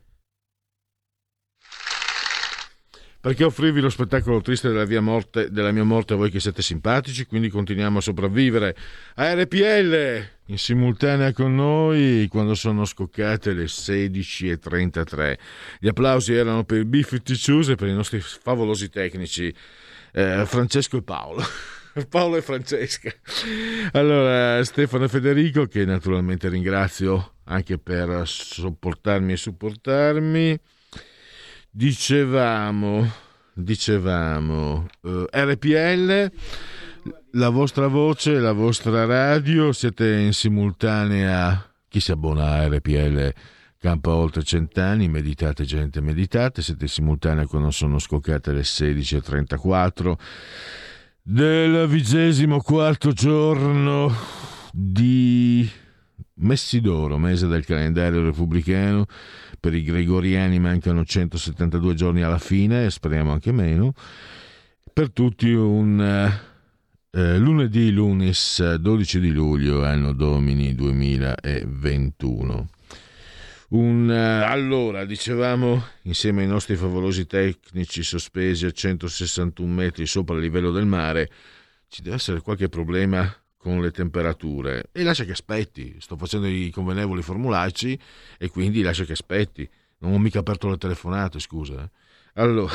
Perché offrirvi lo spettacolo triste della, via morte, della mia morte a voi che siete simpatici, quindi continuiamo a sopravvivere. A R P L in simultanea con noi quando sono scoccate le sedici e trentatré. Gli applausi erano per i B-cinquantadue e per i nostri favolosi tecnici eh, Francesco e Paolo. Paolo e Francesca. Allora, Stefano e Federico, che naturalmente ringrazio anche per sopportarmi e supportarmi. Dicevamo, dicevamo, uh, R P L, la vostra voce, la vostra radio, siete in simultanea, chi si abbona a R P L campa oltre cent'anni, meditate gente, meditate, siete in simultanea quando sono scoccate le sedici e trentaquattro del vigesimo quarto giorno di Messidoro, mese del calendario repubblicano. Per i gregoriani mancano centosettantadue giorni alla fine, e speriamo anche meno. Per tutti un eh, lunedì, lunis dodici di luglio, anno domini duemilaventuno. Un, eh, allora, dicevamo, insieme ai nostri favolosi tecnici sospesi a centosessantuno metri sopra il livello del mare, ci deve essere qualche problema con le temperature, e lascia che aspetti. Sto facendo i convenevoli formulaici e quindi lascia che aspetti. Non ho mica aperto le telefonate, scusa. Allora,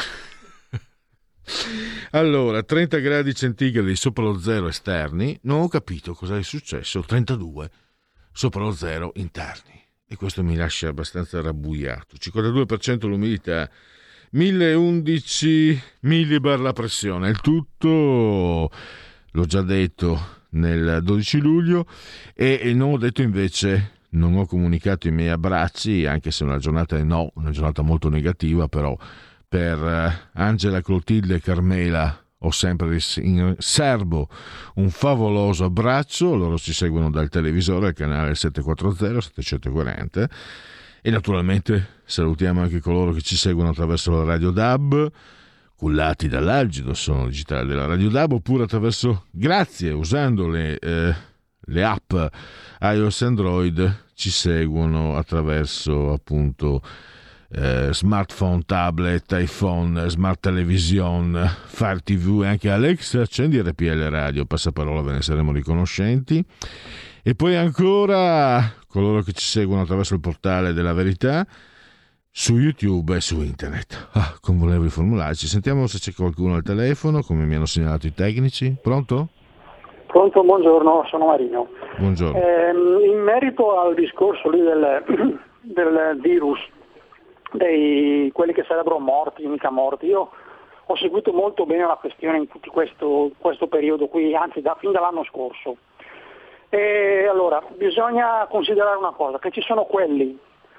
allora trenta gradi centigradi sopra lo zero esterni, non ho capito cosa è successo, trentadue sopra lo zero interni, e questo mi lascia abbastanza rabbuiato. cinquantadue per cento l'umidità, mille undici millibar la pressione. Il tutto l'ho già detto nel dodici luglio, e non ho detto invece, non ho comunicato i miei abbracci, anche se una giornata è no, una giornata molto negativa, però per Angela, Clotilde e Carmela ho sempre in serbo un favoloso abbraccio. Loro ci seguono dal televisore al canale settecentoquaranta settecentoquaranta, e naturalmente salutiamo anche coloro che ci seguono attraverso la Radio D A B, cullati dall'algido suono digitale della Radio D A B, oppure attraverso, grazie, usando le, eh, le app iOS e Android, ci seguono attraverso appunto eh, smartphone, tablet, iPhone, smart television, Fire T V, e anche Alexa, accendi R P L Radio, passaparola, ve ne saremo riconoscenti. E poi ancora coloro che ci seguono attraverso il portale della Verità, su YouTube e su internet. Ah, convolevoli formulaici. Sentiamo se c'è qualcuno al telefono, come mi hanno segnalato i tecnici. Pronto? Pronto, buongiorno, sono Marino. Buongiorno. Eh, in merito al discorso lì del, del virus, dei quelli che sarebbero morti, mica morti, io ho seguito molto bene la questione in tutto questo, questo periodo qui, anzi da, fin dall'anno scorso. E allora, bisogna considerare una cosa, che ci sono quelli,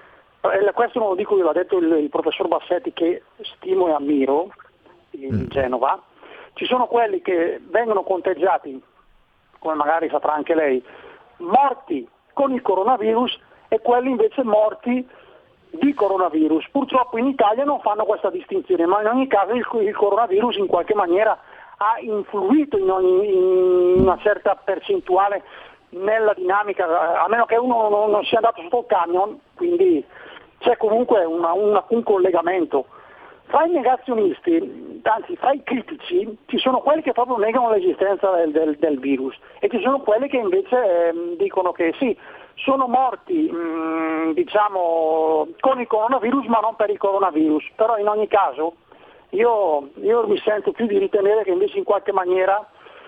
e questo non lo dico io, l'ha detto il, il professor Bassetti, che stimo e ammiro, in Genova, ci sono quelli che vengono conteggiati, come magari saprà anche lei, morti con il coronavirus e quelli invece morti di coronavirus. Purtroppo in Italia non fanno questa distinzione, ma in ogni caso il, il coronavirus in qualche maniera ha influito in, ogni, in una certa percentuale nella dinamica, a meno che uno non, non sia andato sotto il camion, quindi c'è comunque una, una, un collegamento. Fra i negazionisti, anzi fra i critici, ci sono quelli che proprio negano l'esistenza del, del, del virus e ci sono quelli che invece eh, dicono che sì, sono morti mh, diciamo con il coronavirus ma non per il coronavirus, però in ogni caso io, io mi sento più di ritenere che invece in qualche maniera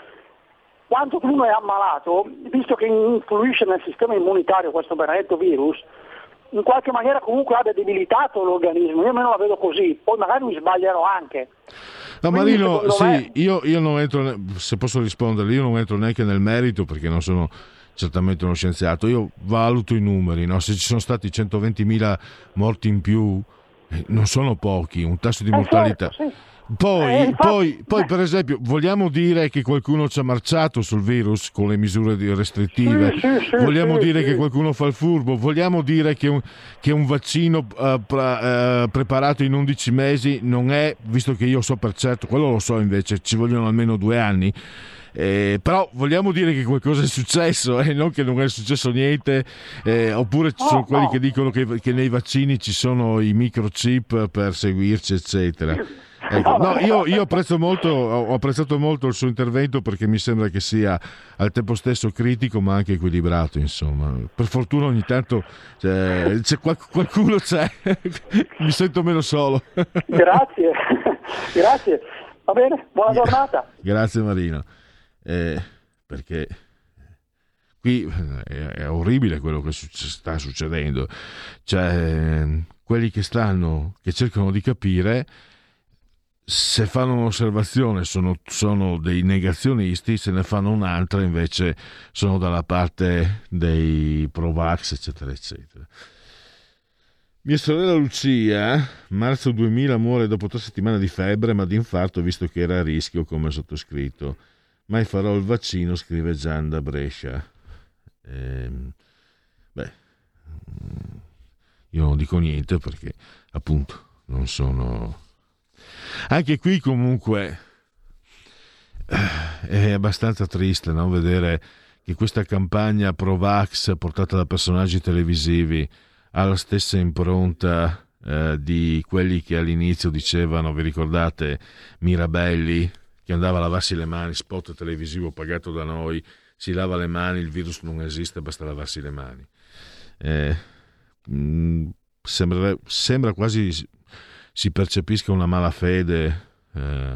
quando uno è ammalato, visto che influisce nel sistema immunitario questo benedetto virus, in qualche maniera comunque ha debilitato l'organismo, io almeno la vedo così, poi magari mi sbaglierò anche. No, Quindi, Marino, sì, me... io, io non entro, se posso rispondere, io non entro neanche nel merito perché non sono certamente uno scienziato, io valuto i numeri, no? Se ci sono stati centoventimila morti in più, eh, non sono pochi, un tasso di eh, mortalità. Certo, sì. Poi, eh, infatti... poi, poi, per esempio, vogliamo dire che qualcuno ci ha marciato sul virus con le misure restrittive? Sì, sì, sì, vogliamo sì, dire sì. che qualcuno fa il furbo? Vogliamo dire che un, che un vaccino uh, pra, uh, preparato in undici mesi non è, visto che io so per certo, quello lo so invece, ci vogliono almeno due anni. Eh, però vogliamo dire che qualcosa è successo e eh, non che non è successo niente, eh, oppure ci sono oh, quelli oh. che dicono che, che nei vaccini ci sono i microchip per seguirci, eccetera. Ecco, no, io, io apprezzo molto, ho apprezzato molto il suo intervento perché mi sembra che sia al tempo stesso critico ma anche equilibrato, insomma. Per fortuna ogni tanto c'è, c'è qualcuno c'è, mi sento meno solo. Grazie, grazie, va bene, buona giornata. Grazie Marino, eh, perché qui è, è orribile quello che sta succedendo, cioè quelli che stanno, che cercano di capire, se fanno un'osservazione sono, sono dei negazionisti, se ne fanno un'altra invece sono dalla parte dei pro-vax, eccetera, eccetera. Mia sorella Lucia, marzo duemila, muore dopo tre settimane di febbre ma di infarto visto che era a rischio come sottoscritto. Mai farò il vaccino, scrive Gian da Brescia. Ehm, beh, io non dico niente perché appunto non sono... Anche qui comunque è abbastanza triste, no? Vedere che questa campagna pro-vax portata da personaggi televisivi ha la stessa impronta eh, di quelli che all'inizio dicevano, vi ricordate, Mirabelli, che andava a lavarsi le mani, spot televisivo pagato da noi, si lava le mani, il virus non esiste, basta lavarsi le mani. Eh, mh, sembra, sembra quasi... si percepisca una malafede, eh,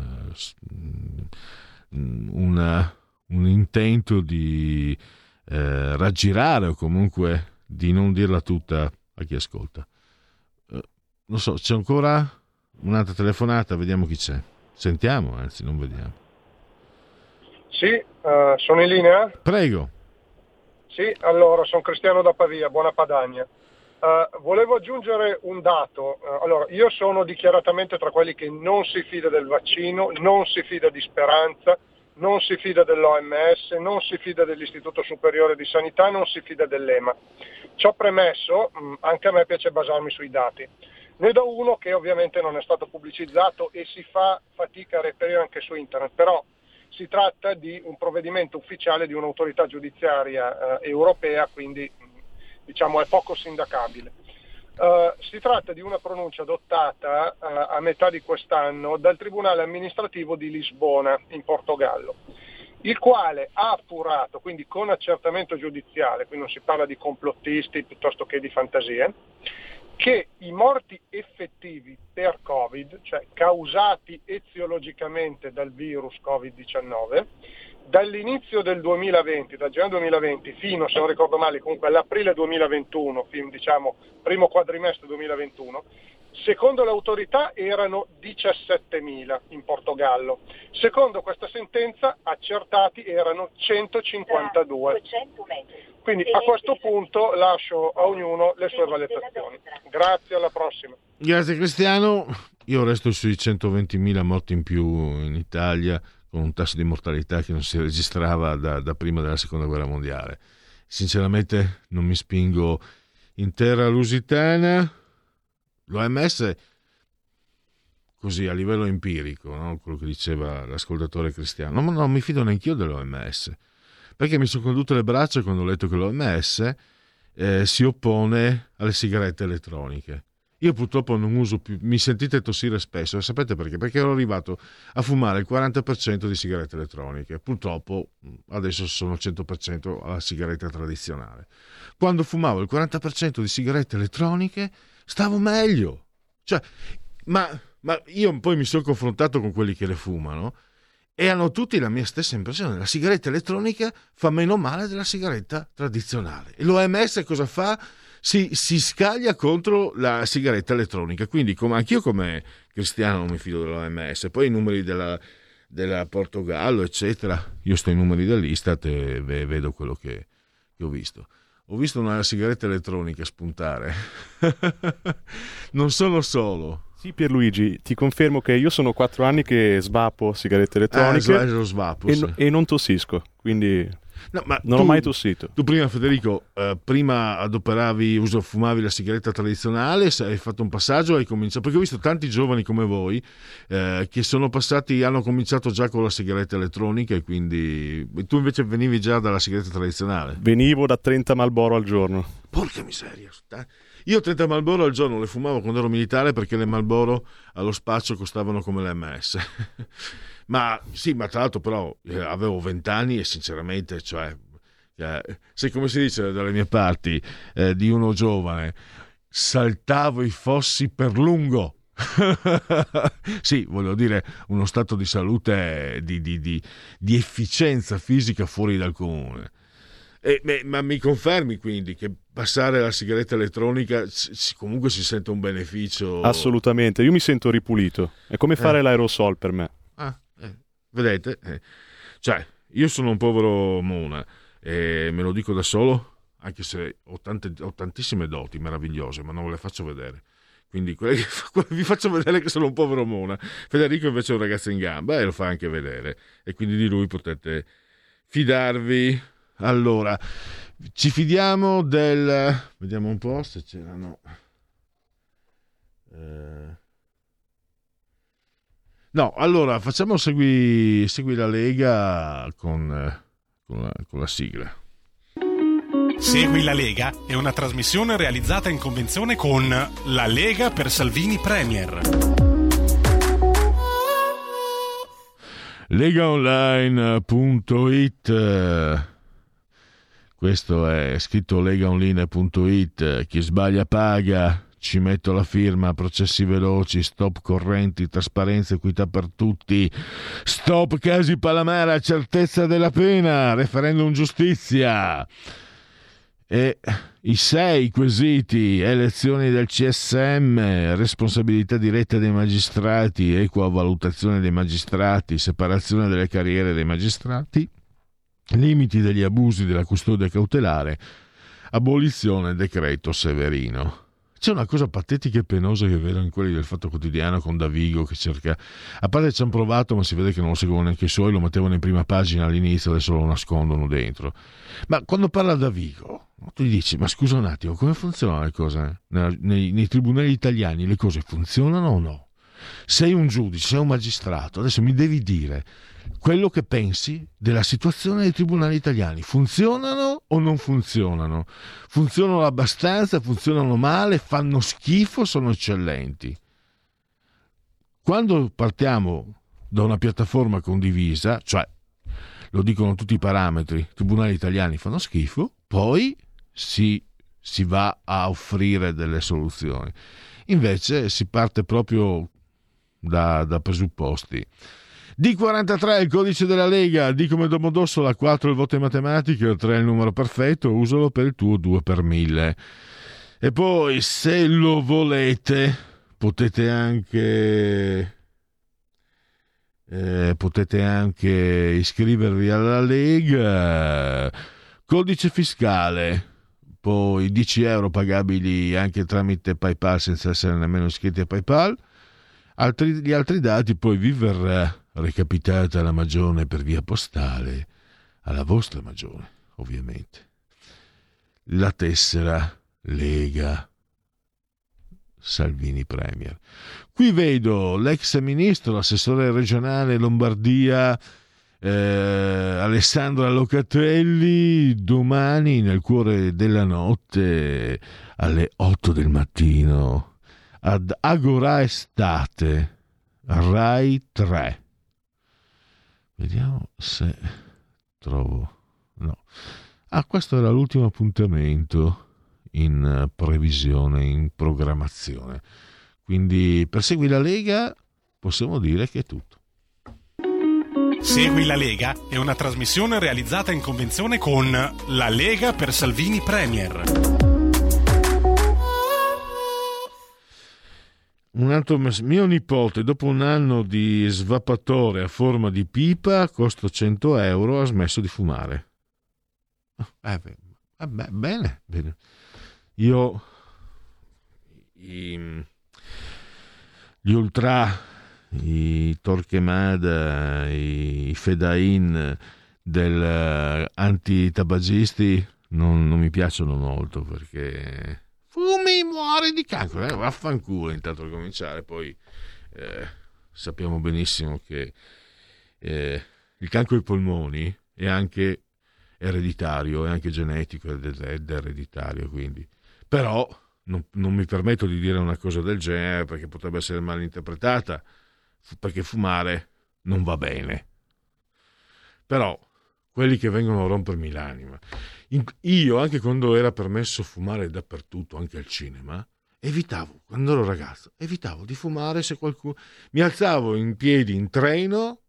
una, un intento di eh, raggirare o comunque di non dirla tutta a chi ascolta. Eh, non so, c'è ancora un'altra telefonata, vediamo chi c'è. Sentiamo, anzi non vediamo. Sì, uh, sono in linea? Prego. Sì, allora, sono Cristiano da Pavia, buona Padania. Uh, volevo aggiungere un dato. Uh, allora, io sono dichiaratamente tra quelli che non si fida del vaccino, non si fida di Speranza, non si fida dell'O M S, non si fida dell'Istituto Superiore di Sanità, non si fida dell'E M A. Ciò premesso, mh, anche a me piace basarmi sui dati. Ne do uno che ovviamente non è stato pubblicizzato e si fa fatica a reperire anche su internet, però si tratta di un provvedimento ufficiale di un'autorità giudiziaria eh, europea, quindi diciamo è poco sindacabile. Uh, si tratta di una pronuncia adottata uh, a metà di quest'anno dal Tribunale amministrativo di Lisbona in Portogallo, il quale ha appurato, quindi con accertamento giudiziale, qui non si parla di complottisti piuttosto che di fantasie, che i morti effettivi per Covid, cioè causati eziologicamente dal virus covid diciannove, dall'inizio del duemilaventi, da gennaio duemilaventi fino, se non ricordo male, comunque all'aprile duemilaventuno, fino diciamo primo quadrimestre duemilaventuno, Secondo le autorità erano diciassettemila in Portogallo. Secondo questa sentenza accertati erano centocinquantadue. Quindi a questo punto lascio a ognuno le sue valutazioni. Grazie, alla prossima. Grazie Cristiano. Io resto sui centoventimila morti in più in Italia, con un tasso di mortalità che non si registrava da, da prima della seconda guerra mondiale. Sinceramente non mi spingo in terra lusitana. L'O M S, così a livello empirico, no? Quello che diceva l'ascoltatore Cristiano, no, non mi fido neanch'io dell'O M S, perché mi sono cadute le braccia quando ho letto che l'O M S eh, si oppone alle sigarette elettroniche. Io purtroppo non uso più, mi sentite tossire spesso, sapete perché? Perché ero arrivato a fumare il quaranta per cento di sigarette elettroniche, purtroppo adesso sono il cento per cento alla sigaretta tradizionale. Quando fumavo il quaranta per cento di sigarette elettroniche stavo meglio, cioè, ma, ma io poi mi sono confrontato con quelli che le fumano e hanno tutti la mia stessa impressione: la sigaretta elettronica fa meno male della sigaretta tradizionale. E l'O M S cosa fa? Si, si scaglia contro la sigaretta elettronica. Quindi come, anch'io come Cristiano non mi fido dell'O M S. Poi i numeri della, della Portogallo eccetera, io sto ai numeri dell'Istat e vedo quello che, che ho visto. Ho visto una sigaretta elettronica spuntare. Non sono solo. Sì, Pierluigi, ti confermo che io sono quattro anni che svapo sigarette elettroniche eh, lo svapo, e, sì. e non tossisco, quindi no, ma non tu, ho mai tossito. Tu prima, Federico, eh, prima adoperavi, uso, fumavi la sigaretta tradizionale, hai fatto un passaggio, hai cominciato, perché ho visto tanti giovani come voi eh, che sono passati, hanno cominciato già con la sigaretta elettronica, e quindi tu invece venivi già dalla sigaretta tradizionale. Venivo da trenta Marlboro al giorno. Porca miseria. Io trenta Marlboro al giorno le fumavo quando ero militare, perché le Marlboro allo spaccio costavano come le M S. Ma sì, ma tra l'altro però eh, avevo vent'anni e sinceramente, cioè, eh, se come si dice dalle mie parti, eh, di uno giovane, saltavo i fossi per lungo. Sì, voglio dire, uno stato di salute, di, di, di, di efficienza fisica fuori dal comune. E, ma mi confermi quindi che passare alla sigaretta elettronica comunque si sente un beneficio? Assolutamente, io mi sento ripulito, è come fare eh. l'aerosol per me. Ah, eh. Vedete? Eh. Cioè, io sono un povero Mona e me lo dico da solo, anche se ho, tante, ho tantissime doti meravigliose, ma non ve le faccio vedere. Quindi che, vi faccio vedere che sono un povero Mona. Federico invece è un ragazzo in gamba e lo fa anche vedere, e quindi di lui potete fidarvi. Allora, ci fidiamo del... Vediamo un po' se c'erano... Eh... No, allora, facciamo segui, segui la Lega con, con, la, con la sigla. Segui la Lega è una trasmissione realizzata in convenzione con La Lega per Salvini Premier. legaonline punto it. Questo è scritto legaonline punto it. Chi sbaglia paga. Ci metto la firma. Processi veloci, stop correnti, trasparenza, equità per tutti, stop casi Palamara, certezza della pena, referendum giustizia. E i sei quesiti: elezioni del C S M, responsabilità diretta dei magistrati, equa valutazione dei magistrati, separazione delle carriere dei magistrati, limiti degli abusi della custodia cautelare, abolizione decreto Severino. C'è una cosa patetica e penosa che vedo in quelli del Fatto Quotidiano con Davigo che cerca, a parte ci hanno provato ma si vede che non lo seguono neanche i suoi, lo mettevano in prima pagina all'inizio, adesso lo nascondono dentro. Ma quando parla Davigo tu gli dici: ma scusa un attimo, come funzionano le cose? Nei, nei tribunali italiani le cose funzionano o no? Sei un giudice, sei un magistrato, adesso mi devi dire quello che pensi della situazione dei tribunali italiani. Funzionano o non funzionano? Funzionano abbastanza? Funzionano male? Fanno schifo? Sono eccellenti? Quando partiamo da una piattaforma condivisa, cioè lo dicono tutti i parametri, i tribunali italiani fanno schifo, poi si, si va a offrire delle soluzioni. Invece si parte proprio da, da presupposti. D quarantatré il codice della Lega, D come Domodossola, quattro il voto in matematica, tre è il numero perfetto, usalo per il tuo due per mille. E poi, se lo volete, potete anche eh, potete anche iscrivervi alla Lega, codice fiscale, poi dieci euro pagabili anche tramite PayPal senza essere nemmeno iscritti a PayPal. Altri, gli altri dati poi vi verrà recapitata la magione per via postale alla vostra magione, ovviamente. La tessera Lega Salvini Premier. Qui vedo l'ex ministro, l'assessore regionale Lombardia eh, Alessandra Locatelli domani nel cuore della notte alle otto del mattino ad Agora Estate, Rai tre. Vediamo se trovo. No. Ah, questo era l'ultimo appuntamento in previsione, in programmazione. Quindi per Segui la Lega possiamo dire che è tutto. Segui la Lega è una trasmissione realizzata in convenzione con La Lega per Salvini Premier. Un altro mio nipote, dopo un anno di svapatore a forma di pipa a costo cento euro, ha smesso di fumare. Eh, beh, bene, bene. Io i, gli ultra, i Torquemada, i Fedain del uh, antitabagisti non, non mi piacciono molto, perché fumi, muori di cancro, eh? Vaffanculo intanto a cominciare. Poi eh, sappiamo benissimo che eh, il cancro ai polmoni è anche ereditario, è anche genetico ed è ereditario, quindi. Però non, non mi permetto di dire una cosa del genere, perché potrebbe essere mal interpretata, perché fumare non va bene. Però quelli che vengono a rompermi l'anima, io anche quando era permesso fumare dappertutto, anche al cinema, evitavo, quando ero ragazzo, evitavo di fumare. Se qualcuno mi alzavo in piedi in treno,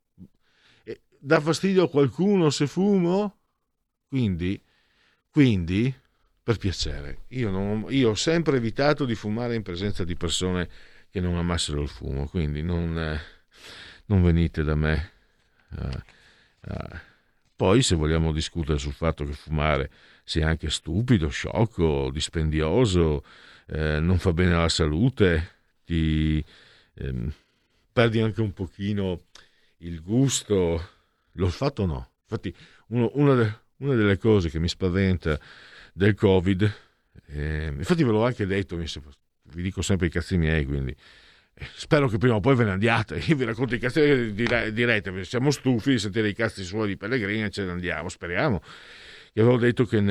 e dà fastidio a qualcuno se fumo, quindi quindi per piacere, io, non, io ho sempre evitato di fumare in presenza di persone che non amassero il fumo, quindi non, eh, non venite da me. Uh, uh. Poi se vogliamo discutere sul fatto che fumare sia anche stupido, sciocco, dispendioso, eh, non fa bene alla salute, ti ehm, perdi anche un pochino il gusto, l'olfatto no. Infatti uno, una, de, una delle cose che mi spaventa del Covid, eh, infatti ve l'ho anche detto, mi, vi dico sempre i cazzi miei, quindi eh, spero che prima o poi ve ne andiate. Io vi racconto i cazzi e direte, siamo stufi di sentire i cazzi suoi di Pellegrini e ce ne andiamo, speriamo. Io avevo detto che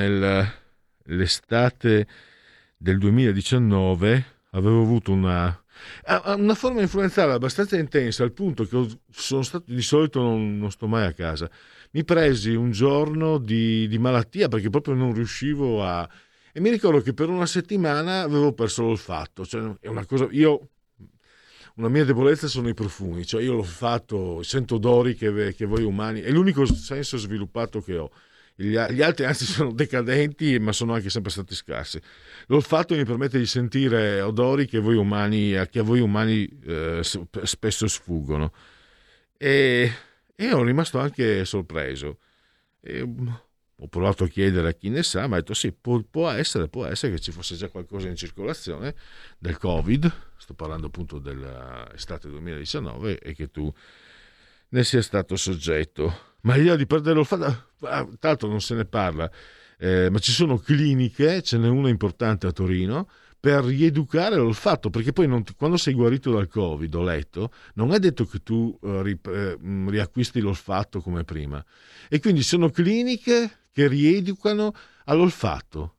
nell'estate del duemiladiciannove avevo avuto una una forma influenzale abbastanza intensa, al punto che sono stato, di solito non, non sto mai a casa, mi presi un giorno di, di malattia perché proprio non riuscivo a, e mi ricordo che per una settimana avevo perso l'olfatto. Cioè, è una cosa, io una mia debolezza sono i profumi, cioè io l'ho fatto, sento odori che, che voi umani, è l'unico senso sviluppato che ho. Gli, gli altri anzi sono decadenti, ma sono anche sempre stati scarsi. L'olfatto mi permette di sentire odori che voi umani, che a voi umani eh, spesso sfuggono, e, e ho rimasto anche sorpreso. E ho provato a chiedere a chi ne sa, ma ha detto sì, può, può essere, può essere che ci fosse già qualcosa in circolazione del Covid, sto parlando appunto dell'estate duemiladiciannove, e che tu ne sia stato soggetto. Ma l'idea di perdere l'olfatto, tra l'altro non se ne parla, eh, ma ci sono cliniche, ce n'è una importante a Torino, per rieducare l'olfatto, perché poi non, quando sei guarito dal Covid, ho letto, non è detto che tu uh, ri, eh, riacquisti l'olfatto come prima. E quindi sono cliniche che rieducano all'olfatto.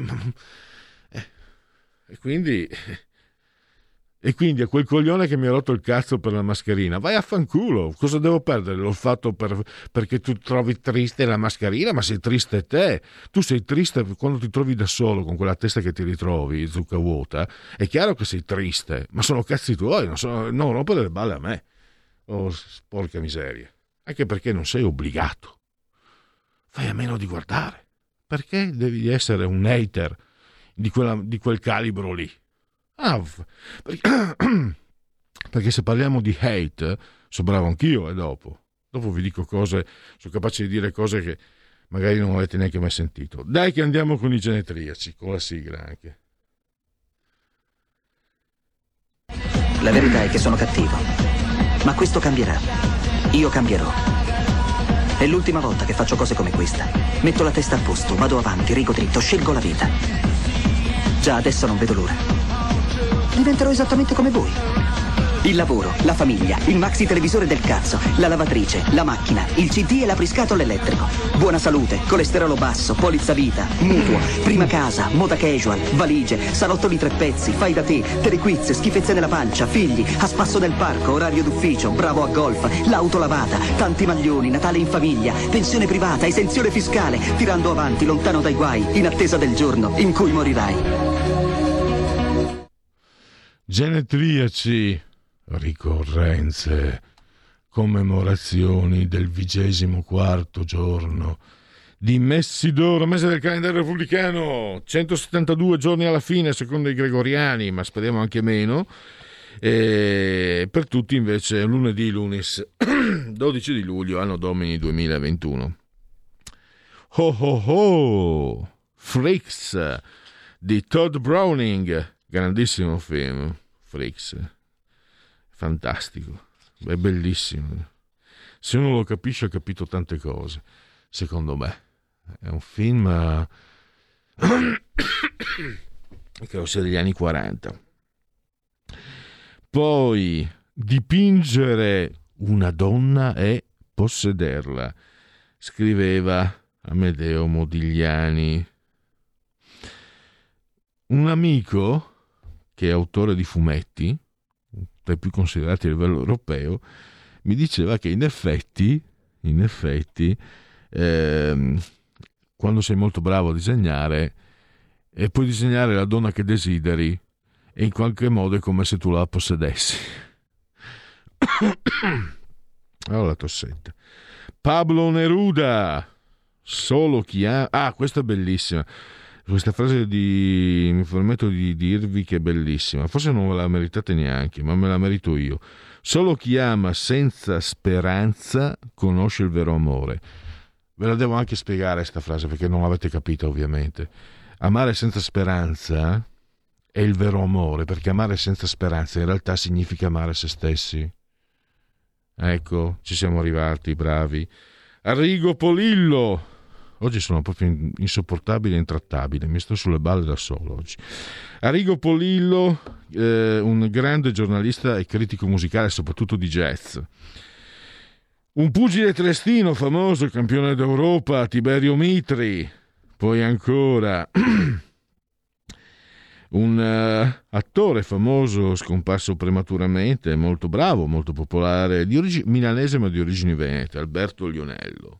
eh, e quindi... E quindi a quel coglione che mi ha rotto il cazzo per la mascherina, vai a fanculo, cosa devo perdere? L'ho fatto per, perché tu trovi triste la mascherina, ma sei triste te. Tu sei triste quando ti trovi da solo con quella testa che ti ritrovi, zucca vuota, è chiaro che sei triste, ma sono cazzi tuoi, non, sono, non rompere le balle a me. Oh, porca miseria. Anche perché non sei obbligato. Fai a meno di guardare. Perché devi essere un hater di, quella, di quel calibro lì? Ah, perché, perché se parliamo di hate, sono bravo anch'io e dopo. Dopo vi dico cose, sono capace di dire cose che magari non avete neanche mai sentito. Dai che andiamo con i genetriaci, con la sigla anche. La verità è che sono cattivo, ma questo cambierà. Io cambierò. È l'ultima volta che faccio cose come questa. Metto la testa a posto, vado avanti, rigo dritto, scelgo la vita. Già adesso non vedo l'ora. Diventerò esattamente come voi. Il lavoro, la famiglia, il maxi televisore del cazzo, la lavatrice, la macchina, il C D e l'apriscatole elettrico. Buona salute, colesterolo basso, polizza vita, mutuo, prima casa, moda casual, valigie, salotto di tre pezzi, fai da te, telequiz, schifezze nella pancia, figli, a spasso nel parco, orario d'ufficio, bravo a golf, l'auto lavata, tanti maglioni, Natale in famiglia, pensione privata, esenzione fiscale, tirando avanti, lontano dai guai, in attesa del giorno in cui morirai. Genetriaci, ricorrenze, commemorazioni del vigesimo quarto giorno di Messidoro, mese del calendario repubblicano, centosettantadue giorni alla fine secondo i gregoriani, ma speriamo anche meno, e per tutti invece lunedì lunis dodici di luglio, anno domini duemilaventuno. Ho ho ho, Freaks di Todd Browning, grandissimo film, Freaks. Fantastico, è bellissimo. Se uno lo capisce ha capito tante cose, secondo me. È un film credo sia degli anni quaranta. Poi dipingere una donna e possederla, scriveva Amedeo Modigliani. Un amico che è autore di fumetti, tra i più considerati a livello europeo, mi diceva che in effetti, in effetti, ehm, quando sei molto bravo a disegnare, e puoi disegnare la donna che desideri, e in qualche modo è come se tu la possedessi. Allora la tossetta. Pablo Neruda, solo chi ha... Ah, questa è bellissima. Questa frase di, mi permetto di dirvi che è bellissima, forse non ve la meritate neanche, ma me la merito io. Solo chi ama senza speranza conosce il vero amore. Ve la devo anche spiegare questa frase perché non l'avete capita ovviamente. Amare senza speranza è il vero amore, perché amare senza speranza in realtà significa amare se stessi. Ecco, ci siamo arrivati, bravi. Arrigo Polillo. Oggi sono proprio insopportabile e intrattabile, mi sto sulle balle da solo oggi. Arrigo Polillo, eh, un grande giornalista e critico musicale, soprattutto di jazz. Un pugile triestino famoso, campione d'Europa, Tiberio Mitri. Poi ancora un uh, attore famoso scomparso prematuramente, molto bravo, molto popolare, di origine milanese ma di origini venete, Alberto Lionello.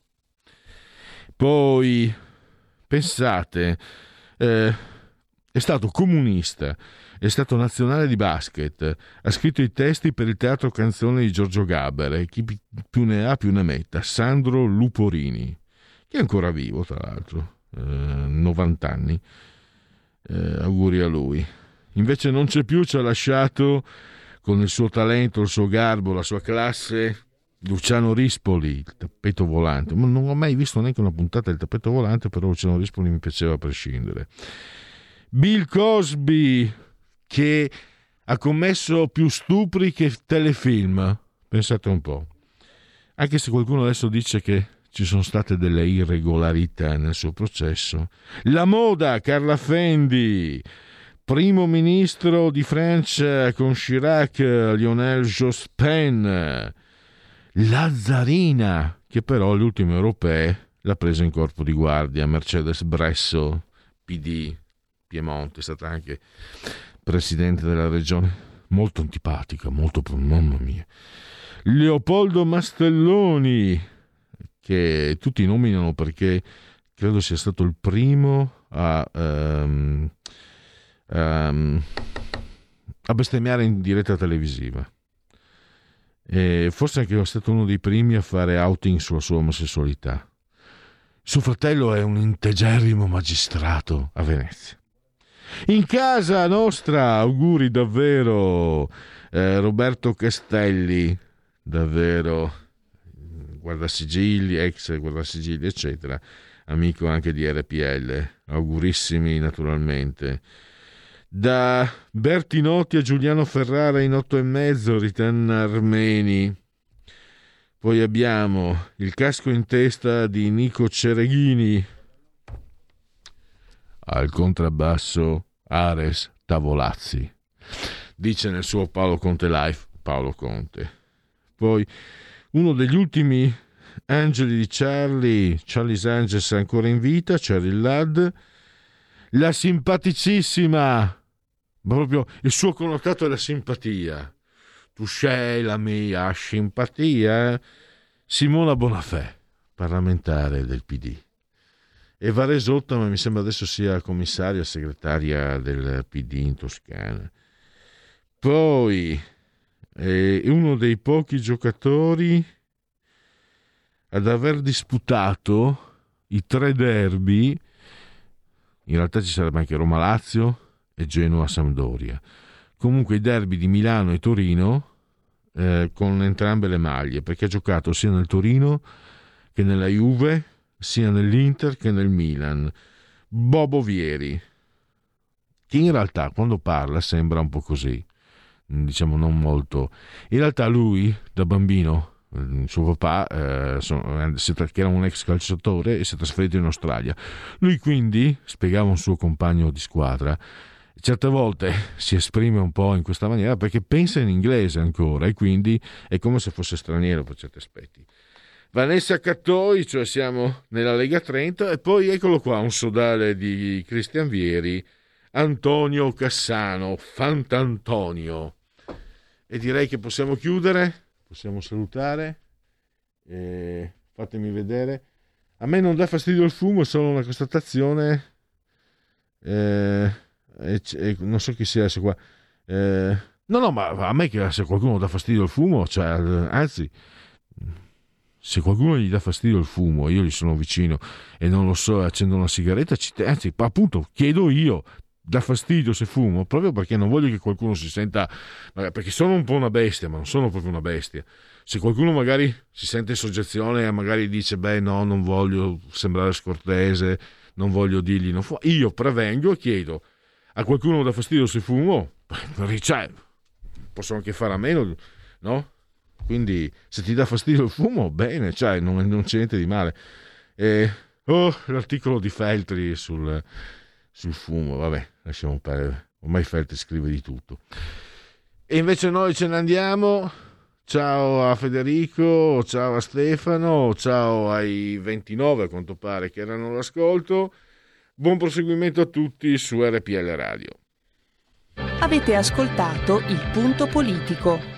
Poi, pensate, eh, è stato comunista, è stato nazionale di basket, ha scritto i testi per il teatro canzone di Giorgio Gaber, e chi più ne ha più ne metta, Sandro Luporini, che è ancora vivo tra l'altro, eh, novanta anni, eh, auguri a lui. Invece non c'è più, ci ha lasciato con il suo talento, il suo garbo, la sua classe, Luciano Rispoli, il tappeto volante. Ma non ho mai visto neanche una puntata del tappeto volante, però Luciano Rispoli mi piaceva a prescindere. Bill Cosby, che ha commesso più stupri che telefilm, pensate un po'. Anche se qualcuno adesso dice che ci sono state delle irregolarità nel suo processo. La moda, Carla Fendi, primo ministro di Francia con Chirac, Lionel Jospin. Lazzarina, che però alle ultime europee l'ha presa in corpo di guardia, Mercedes Bresso, P D, Piemonte, è stata anche presidente della regione, molto antipatica, molto, mamma mia. Leopoldo Mastelloni, che tutti nominano perché credo sia stato il primo a, um, um, a bestemmiare in diretta televisiva. E forse anche è stato uno dei primi a fare outing sulla sua omosessualità. Suo fratello è un integerrimo magistrato a Venezia. In casa nostra, auguri davvero, eh, Roberto Castelli, davvero, guardasigilli, ex guardasigilli, eccetera, amico anche di R P L, augurissimi naturalmente. Da Bertinotti a Giuliano Ferrara in otto e mezzo, Ritan Armeni. Poi abbiamo il casco in testa di Nico Cereghini, al contrabbasso Ares Tavolazzi, dice nel suo Paolo Conte Live Paolo Conte. Poi uno degli ultimi angeli di Charlie, Charlie's Angels ancora in vita, Cheryl Ladd, la simpaticissima, proprio il suo connotato è la simpatia, tu sei la mia simpatia, Simona Bonafè, parlamentare del P D. Eva Resotta, ma mi sembra adesso sia commissaria segretaria del P D in Toscana. Poi è uno dei pochi giocatori ad aver disputato i tre derby, in realtà ci sarebbe anche Roma-Lazio e Genoa-Sampdoria, comunque i derby di Milano e Torino, eh, con entrambe le maglie, perché ha giocato sia nel Torino che nella Juve, sia nell'Inter che nel Milan. Bobo Vieri, che in realtà quando parla sembra un po' così, diciamo non molto, in realtà lui da bambino, suo papà eh, sono, che era un ex calciatore e si è trasferito in Australia, lui quindi, spiegava un suo compagno di squadra, certe volte si esprime un po' in questa maniera perché pensa in inglese ancora e quindi è come se fosse straniero per certi aspetti. Vanessa Cattoi, cioè siamo nella Lega trenta, e poi eccolo qua, un sodale di Cristian Vieri, Antonio Cassano, Fant'Antonio. E direi che possiamo chiudere, possiamo salutare, e fatemi vedere. A me non dà fastidio il fumo, è solo una constatazione, eh, e, e, non so chi sia, se qua. Eh, no, no, ma a me che se qualcuno dà fastidio il fumo, cioè, anzi... se qualcuno gli dà fastidio il fumo, io gli sono vicino e non lo so, accendo una sigaretta, anzi appunto chiedo io, dà fastidio se fumo, proprio perché non voglio che qualcuno si senta, perché sono un po' una bestia, ma non sono proprio una bestia. Se qualcuno magari si sente in soggezione e magari dice beh no, non voglio sembrare scortese, non voglio dirgli non fu, io prevengo e chiedo a qualcuno dà fastidio se fumo, cioè, posso anche fare a meno, no? Quindi se ti dà fastidio il fumo, bene, cioè non, non c'è niente di male. E, oh, l'articolo di Feltri sul, sul fumo, vabbè, lasciamo perdere, ormai Feltri scrive di tutto. E invece noi ce ne andiamo. Ciao a Federico, ciao a Stefano, ciao ai ventinove a quanto pare che erano all'ascolto. Buon proseguimento a tutti su R P L Radio. Avete ascoltato Il Punto Politico.